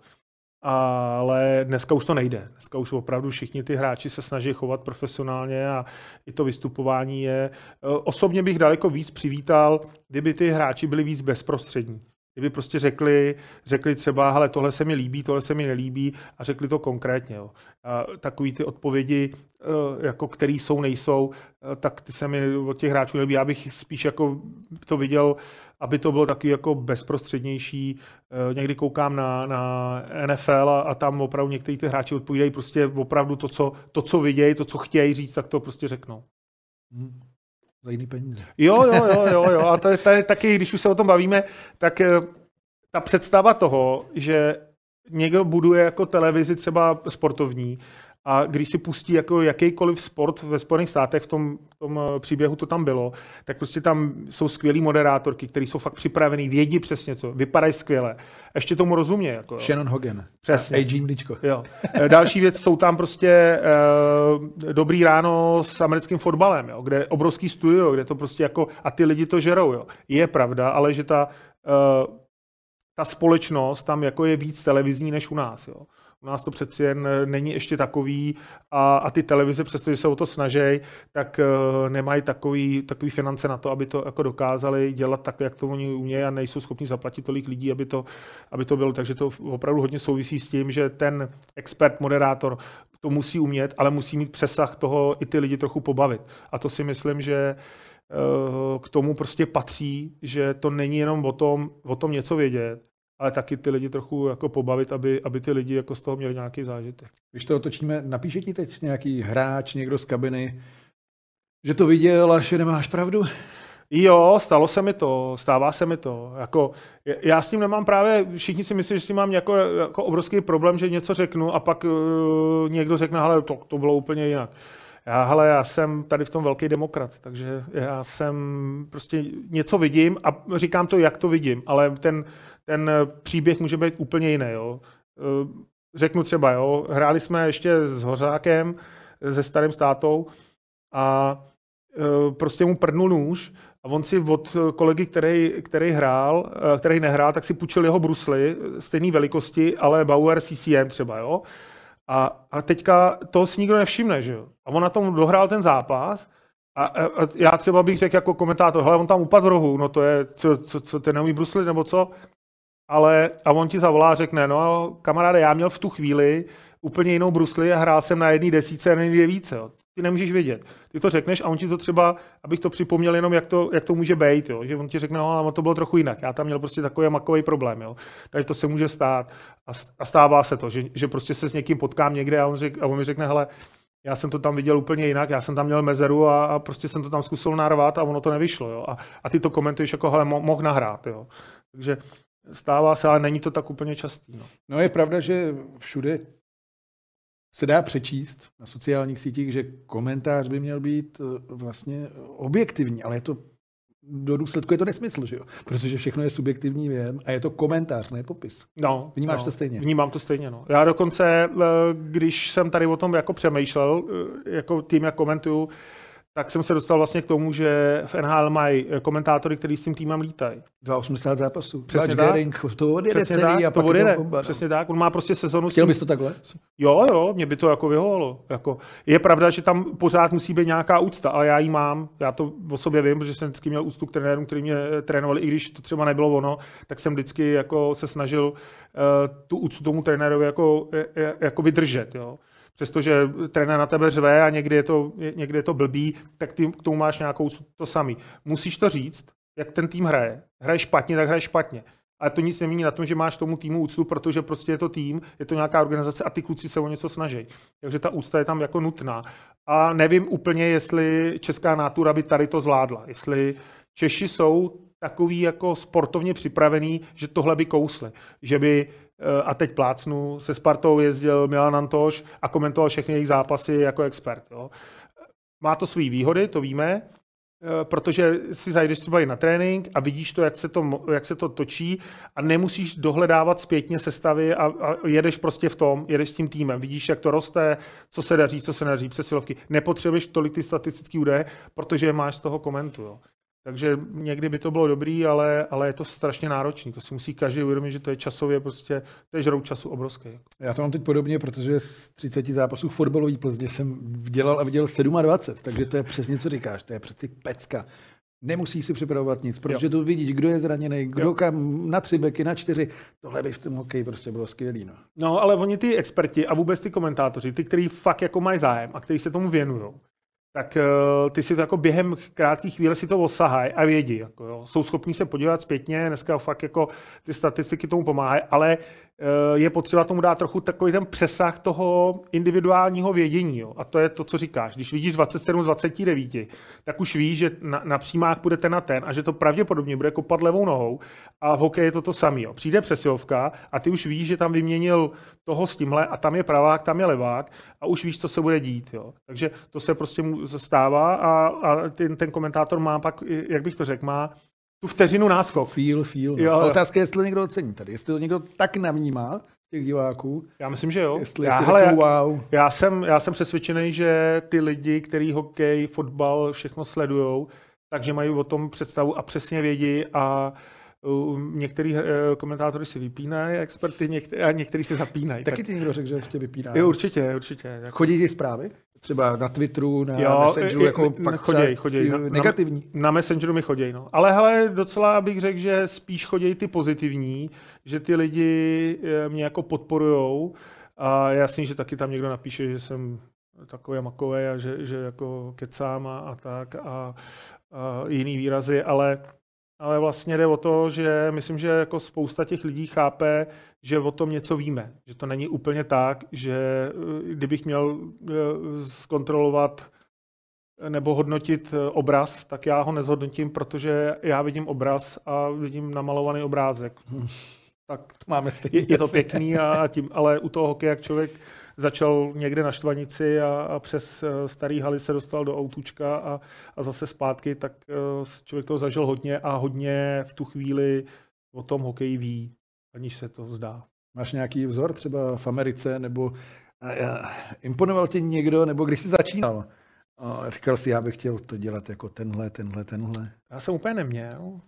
Ale dneska už to nejde. Dneska už opravdu všichni ty hráči se snaží chovat profesionálně a i to vystupování je... Osobně bych daleko víc přivítal, kdyby ty hráči byli víc bezprostřední. kdyby prostě řekli, řekli třeba, hele, tohle se mi líbí, tohle se mi nelíbí a řekli to konkrétně. Jo. A takový ty odpovědi, jako který jsou, nejsou, tak ty se mi od těch hráčů nelíbí. Já bych spíš jako to viděl, aby to bylo taky jako bezprostřednější. Někdy koukám na, na N F L a, a tam opravdu někteří ty hráči odpovídají prostě opravdu to, co, to, co vidějí, to, co chtějí říct, tak to prostě řeknou. Hmm. Za jiný peníze. Jo, jo, jo, jo, jo. A to je, to je taky, když už se o tom bavíme, tak ta představa toho, že někdo buduje jako televizi třeba sportovní a když si pustí jako jakýkoliv sport ve Spojených státech, v tom, v tom příběhu to tam bylo, tak prostě tam jsou skvělý moderátorky, který jsou fakt připravený, vědí přesně co, vypadají skvěle. Ještě tomu rozumě. Jako, jo. Shannon Hogan. Přesně. A G mlíčko. Jo. Další věc, jsou tam prostě uh, Dobrý ráno s americkým fotbalem, jo, kde je obrovský studio, kde to prostě jako, a ty lidi to žerou. Jo. Je pravda, ale že ta, uh, ta společnost tam jako je víc televizní než u nás. Jo. U nás to přeci jen není ještě takový a, a ty televize, přestože se o to snaží, tak uh, nemají takový, takový finance na to, aby to jako dokázali dělat tak, jak to oni umějí a nejsou schopni zaplatit tolik lidí, aby to, aby to bylo. Takže to opravdu hodně souvisí s tím, že ten expert, moderátor to musí umět, ale musí mít přesah toho i ty lidi trochu pobavit. A to si myslím, že uh, k tomu prostě patří, že to není jenom o tom, o tom něco vědět, ale taky ty lidi trochu jako pobavit, aby, aby ty lidi jako z toho měli nějaký zážitek. Když to otočíme, napíše ti teď nějaký hráč, někdo z kabiny, že to viděl a že nemáš pravdu? Jo, stalo se mi to, stává se mi to. Jako, já s tím nemám právě, všichni si myslí, že s tím mám jako, jako obrovský problém, že něco řeknu a pak uh, někdo řekne, hele, to, to bylo úplně jinak. Já, hele, já jsem tady v tom velký demokrat, takže já jsem prostě něco vidím a říkám to, jak to vidím, ale ten ten příběh může být úplně jiný. Jo. Řeknu třeba, jo, hráli jsme ještě s Hořákem, se starým státou a prostě mu prdnul nůž a on si od kolegy, který, který hrál, který nehrál, tak si půjčil jeho brusly stejné velikosti, ale Bauer C C M třeba. Jo. A, a teďka toho si nikdo nevšimne. Že jo. A on na tom dohrál ten zápas a, a, a já třeba bych řekl jako komentátor, hele, on tam upadl v rohu, no to je, co, co, co ten neumí brusly nebo co? Ale a on ti zavolá a řekne, no kamaráde, já měl v tu chvíli úplně jinou brusli a hrál jsem na jedné desíce a na jedné více. Jo. Ty nemůžeš vědět. Ty to řekneš a on ti to třeba, abych to připomněl jenom, jak to, jak to může být, jo. Že on ti řekne, no, ale to bylo trochu jinak. Já tam měl prostě takový makový problém. Jo. Takže to se může stát a, a stává se to, že, že prostě se s někým potkám někde a on, řek, a on mi řekne, hele, já jsem to tam viděl úplně jinak, já jsem tam měl mezeru a, a prostě jsem to tam zkusil narvat a ono to nevyšlo. Jo. A, a ty to komentuješ jako, hele, mo, mohl nahrát. Jo. Takže stává se, ale není to tak úplně častý. No. no je pravda, že všude se dá přečíst na sociálních sítích, že komentář by měl být vlastně objektivní, ale je to do důsledku je to nesmysl, že jo? Protože všechno je subjektivní věm a je to komentář, ne popis. No, Vnímáš no, to stejně? Vnímám to stejně, no. Já dokonce, když jsem tady o tom jako přemýšlel, jako tím, jak komentuju, tak jsem se dostal vlastně k tomu, že v N H L mají komentátory, kteří s tím týmem lítají. osmdesát zápasů. Přesně tak. Gering, to odjede Přesně celý tak, a to pak odjede. je to bomba. Přesně tak. On má prostě sezonu. Chtěl bys to takhle? Jo, jo, mě by to jako vyhovovalo. Jako, je pravda, že tam pořád musí být nějaká úcta, ale já ji mám. Já to o sobě vím, protože jsem vždycky měl úctu k trenérům, kteří mě trénovali, i když to třeba nebylo ono, tak jsem vždycky jako se snažil uh, tu úctu tomu trenérovi jako, jako vydržet. Jo. Přestože trenér na tebe řve a někdy je to, někdy je to blbý, tak ty k tomu máš nějakou to samý. Musíš to říct, jak ten tým hraje. Hraje špatně, tak hraje špatně. Ale to nic nemění na tom, že máš tomu týmu úctu, protože prostě je to tým, je to nějaká organizace a ty kluci se o něco snaží. Takže ta úcta je tam jako nutná. A nevím úplně, jestli česká nátura by tady to zvládla. Jestli Češi jsou takový jako sportovně připravený, že tohle by kousli. Že by, a teď plácnu, se Spartou jezdil Milan Antoš a komentoval všechny jejich zápasy jako expert. Jo. Má to své výhody, to víme, protože si zajdeš třeba i na trénink a vidíš to, jak se to, jak se to točí a nemusíš dohledávat zpětně sestavy a, a jedeš prostě v tom, jedeš s tím týmem. Vidíš, jak to roste, co se daří, co se nedaří, přesilovky. Nepotřebuješ tolik ty statistické údaje, protože je máš z toho komentu. Jo. Takže někdy by to bylo dobrý, ale, ale je to strašně náročný. To si musí každý uvědomit, že to je časově prostě, to je žrout času obrovský. Já to mám teď podobně, protože z třiceti zápasů fotbalový Plzně jsem dělal a viděl dvacet sedm, takže to je přesně, co říkáš. To je přeci pecka. Nemusí si připravovat nic, protože jo. tu vidíš, kdo je zraněný, kdo jo. kam na tři beky, na čtyři. Tohle by v tom hokeji prostě bylo skvělý. No. no, ale oni ty experti a vůbec ty komentátoři, ty, kteří fakt jako mají zájem a kteří se tomu věnují, tak uh, ty si to jako během krátkých chvíle si to osahají a vědí. Jako, jo. Jsou schopní se podívat zpětně, dneska fakt jako ty statistiky tomu pomáhají, ale uh, je potřeba tomu dát trochu takový ten přesah toho individuálního vědění. Jo. A to je to, co říkáš. Když vidíš dvacet sedm z dvaceti devíti, tak už víš, že na, na přímách bude ten a ten a že to pravděpodobně bude kopat levou nohou a v hokeji je to to samé. Přijde přesilovka a ty už víš, že tam vyměnil toho s tímhle a tam je pravák, tam je levák a už víš, co se bude dít. Jo. Takže to se prostě mu stává a, a ten, ten komentátor má pak, jak bych to řekl, má tu vteřinu náskok. Feel, feel. No. Jo. Otázka je, jestli to někdo ocení tady. Jestli to někdo tak navnímá z těch diváků. Já myslím, že jo. Jestli, já, jestli hele, takovou wow. já, jsem, já jsem přesvědčený, že ty lidi, kteří hokej, fotbal, všechno sledujou, takže mají o tom představu a přesně vědí a uh, některý uh, komentátory si vypínají, experty, některý, a některý si zapínají. Taky tak... ti někdo řekl, že ještě vypíná. Jo, určitě, určitě. Chodí ti zprávy? Třeba na Twitteru, na jo, Messengeru, jako n- pak choděj, choděj. Na, negativní. Na, na Messengeru mi choděj, no. Ale hele, docela bych řekl, že spíš choděj ty pozitivní, že ty lidi mě jako podporujou a jasný, že taky tam někdo napíše, že jsem takový a makový a že, že jako kecám a, a tak a, a jiný výrazy, ale Ale vlastně jde o to, že myslím, že jako spousta těch lidí chápe, že o tom něco víme. Že to není úplně tak, že kdybych měl zkontrolovat nebo hodnotit obraz, tak já ho nezhodnotím, protože já vidím obraz a vidím namalovaný obrázek. Hmm. Tak máme je, je to pěkný, a tím, ale u toho hokeje, jak člověk začal někde na Štvanici a, a přes starý haly se dostal do autůčka a, a zase zpátky, tak uh, člověk toho zažil hodně a hodně v tu chvíli o tom hokeji ví, aniž se to zdá. Máš nějaký vzor třeba v Americe, nebo uh, imponoval ti někdo, nebo když jsi začínal? Uh, říkal jsi, já bych chtěl to dělat jako tenhle, tenhle, tenhle. Já jsem úplně neměl. Uh,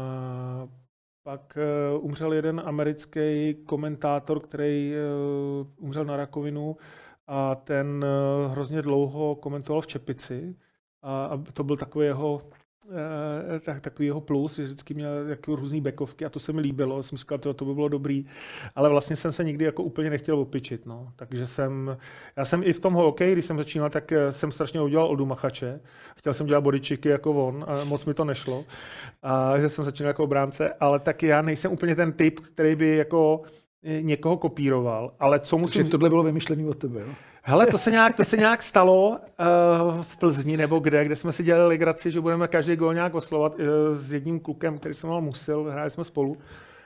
Pak uh, umřel jeden americký komentátor, který uh, umřel na rakovinu a ten uh, hrozně dlouho komentoval v čepici a, a to byl takový jeho, uh, tak, takový jeho plus, že vždycky měl jako různý bekovky a to se mi líbilo, jsem říkal, to, to by bylo dobrý, ale vlastně jsem se nikdy jako úplně nechtěl opičit, no. Takže jsem, já jsem i v tom hokeji, když jsem začínal, tak jsem strašně udělal Oldu Machače, chtěl jsem dělat bodyčiky jako on a moc mi to nešlo, a že jsem začínal jako obránce, ale tak já nejsem úplně ten typ, který by jako někoho kopíroval, ale co musím... Takže tohle bylo vymyšlený od tebe, jo? Hele, to se nějak, to se nějak stalo uh, v Plzni nebo kde, kde jsme si dělali legraci, že budeme každý gól nějak oslovat uh, s jedním klukem, který jsem mal musil, hráli jsme spolu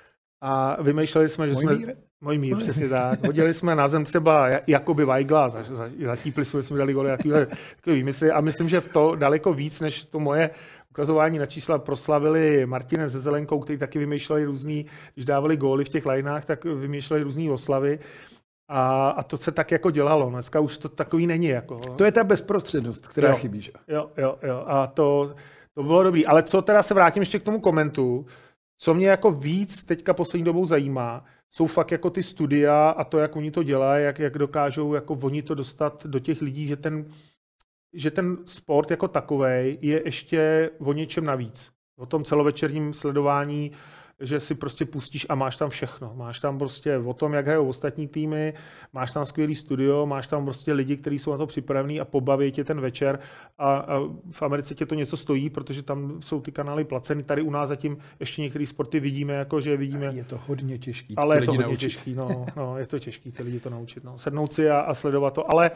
a vymýšleli jsme, že Můj jsme... mír? Můj mír, přesně tak. Hodili jsme na zem třeba Jakoby Weigla, za, za, zatípli jsme, jsme dali góly, takový výmysly a myslím, že v to daleko víc, než to moje ukazování na čísla proslavili Martinez se Zelenkou, který taky vymýšleli různý, když dávali góly v těch lineách, tak vymýšleli různý oslavy. A, a to se tak jako dělalo. Dneska už to takový není. Jako. To je ta bezprostřednost, která jo, chybí. Že? Jo, jo, jo. A to, to bylo dobrý. Ale co teda se vrátím ještě k tomu komentu, co mě jako víc teďka poslední dobou zajímá, jsou fakt jako ty studia a to, jak oni to dělají, jak, jak dokážou jako oni to dostat do těch lidí, že ten, že ten sport jako takovej je ještě o něčem navíc. O tom celovečerním sledování, že si prostě pustíš a máš tam všechno. Máš tam prostě o tom, jak hrajou ostatní týmy, máš tam skvělý studio, máš tam prostě lidi, kteří jsou na to připravení a pobaví tě ten večer. A, a v Americe tě to něco stojí, protože tam jsou ty kanály placený. Tady u nás zatím ještě některé sporty vidíme, jako že vidíme. Je to hodně těžký. Ale je to hodně naučit. těžký, no, no, je to těžký ty lidi to naučit. No. Sednout si a, a sledovat to. Ale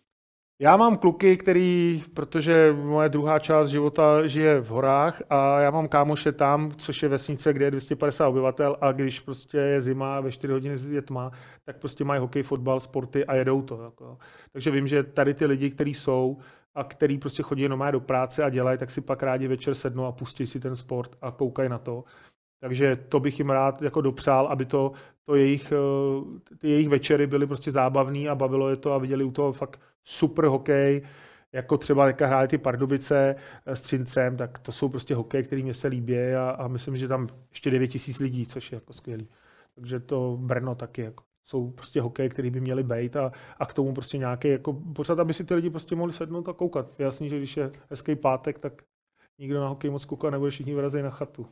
já mám kluky, který, protože moje druhá část života žije v horách a já mám kámoše tam, což je vesnice, kde je dvě stě padesát obyvatel a když prostě je zima a ve čtyři hodiny je tma, tak prostě mají hokej, fotbal, sporty a jedou to. Jako. Takže vím, že tady ty lidi, kteří jsou a kteří prostě chodí jenom do práce a dělají, tak si pak rádi večer sednou a pustí si ten sport a koukají na to. Takže to bych jim rád jako dopřál, aby to, to jejich, ty jejich večery byly prostě zábavný a bavilo je to a viděli u toho fakt super hokej, jako třeba teďka hráli ty Pardubice s Třincem, tak to jsou prostě hokej, který mě se líbí a, a myslím, že tam ještě devět tisíc lidí, což je jako skvělý. Takže to Brno taky jako jsou prostě hokej, který by měli být a, a k tomu prostě nějaký, jako pořád, aby si ty lidi prostě mohli sednout a koukat. Je jasný, že když je hezký pátek, tak nikdo na hokej moc koukat nebude, všichni vyrazí na chatu.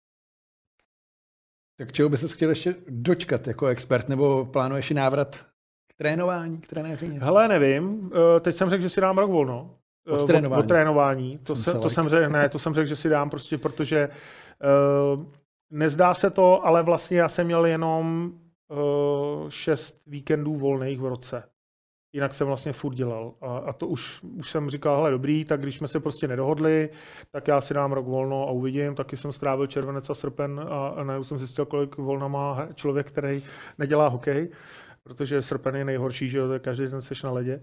Tak čeho by se chtěl ještě dočkat jako expert, nebo plánuješ i návrat k trénování, k trenéřině? Hele, nevím. Teď jsem řekl, že si dám rok volno. Od trénování. Od, od trénování. To jsem, to jsem řekl, ne, to jsem řekl, že si dám prostě, protože uh, nezdá se to, ale vlastně já jsem měl jenom uh, šest víkendů volných v roce. Jinak jsem vlastně furt dělal. A, a to už, už jsem říkal, hele, dobrý, tak když jsme se prostě nedohodli, tak já si dám rok volno a uvidím. Taky jsem strávil červenec a srpen a, a najednou jsem zjistil, kolik volna má člověk, který nedělá hokej, protože srpen je nejhorší, že jo, každý den seš na ledě.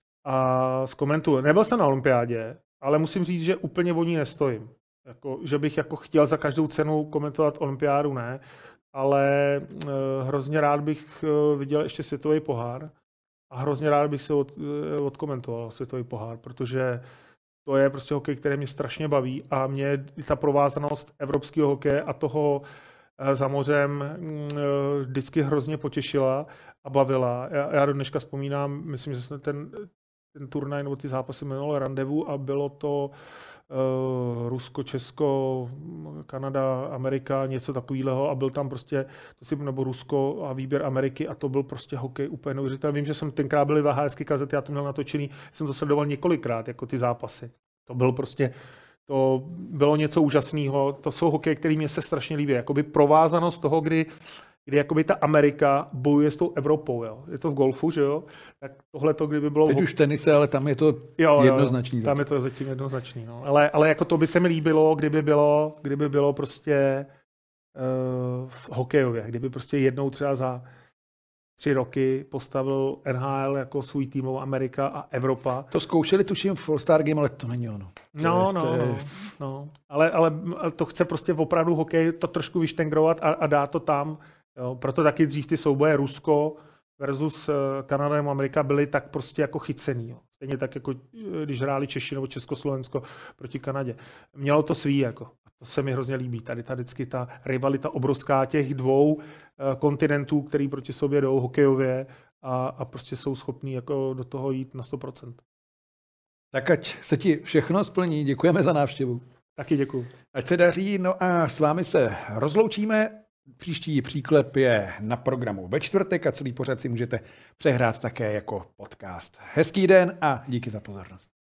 A zkomentuju. Nebyl jsem na olympiádě, ale musím říct, že úplně o ní nestojím. Jako, že bych jako chtěl za každou cenu komentovat olympiádu, ne, ale e, hrozně rád bych e, viděl ještě světový pohár a hrozně rád bych se od, e, odkomentoval světový pohár, protože to je prostě hokej, který mě strašně baví a mě ta provázanost evropského hokeje a toho e, za mořem e, vždycky hrozně potěšila a bavila. Já, já do dneška vzpomínám, myslím, že jsme ten ten turnaj nebo ty zápasy jmenovalo Randevu a bylo to uh, Rusko, Česko, Kanada, Amerika, něco takového a byl tam prostě, to si, nebo Rusko a výběr Ameriky a to byl prostě hokej úplně neuvěřitelný. Vím, že jsem tenkrát byly V H S ky kazety, já to měl natočený, jsem to sledoval několikrát, jako ty zápasy. To byl prostě, to bylo něco úžasného. To jsou hokej, který mě se strašně líbí. Jakoby provázanost toho, kdy kdy jakoby ta Amerika bojuje s tou Evropou, jo. Je to v golfu, že jo? Tak tohle to, kdyby bylo... Teď ho... už v tenise, ale tam je to jo, jednoznačný. Jo, tam je to zatím jednoznačný, no. Ale, ale jako to by se mi líbilo, kdyby bylo, kdyby bylo prostě uh, v hokejově, kdyby prostě jednou třeba za tři roky postavil N H L jako svůj týmovou Amerika a Evropa. To zkoušeli tuším v All-Star Game, ale to není ono. To no, je, no, to je... no, no. Ale, ale to chce prostě opravdu hokej to trošku vyštengrovat a, a dát to tam. Jo, proto taky dřív ty souboje Rusko versus Kanada nebo Amerika byly tak prostě jako chycený. Jo. Stejně tak, jako když hráli Češi nebo Československo proti Kanadě. Mělo to svý, jako. A to se mi hrozně líbí. Tady ta vždycky ta rivalita obrovská těch dvou uh, kontinentů, který proti sobě jdou hokejově a, a prostě jsou schopní jako do toho jít na sto procent. Tak ať se ti všechno splní. Děkujeme za návštěvu. Taky děkuju. Ať se daří, no a s vámi se rozloučíme. Příští příklep je na programu ve čtvrtek a celý pořad si můžete přehrát také jako podcast. Hezký den a díky za pozornost.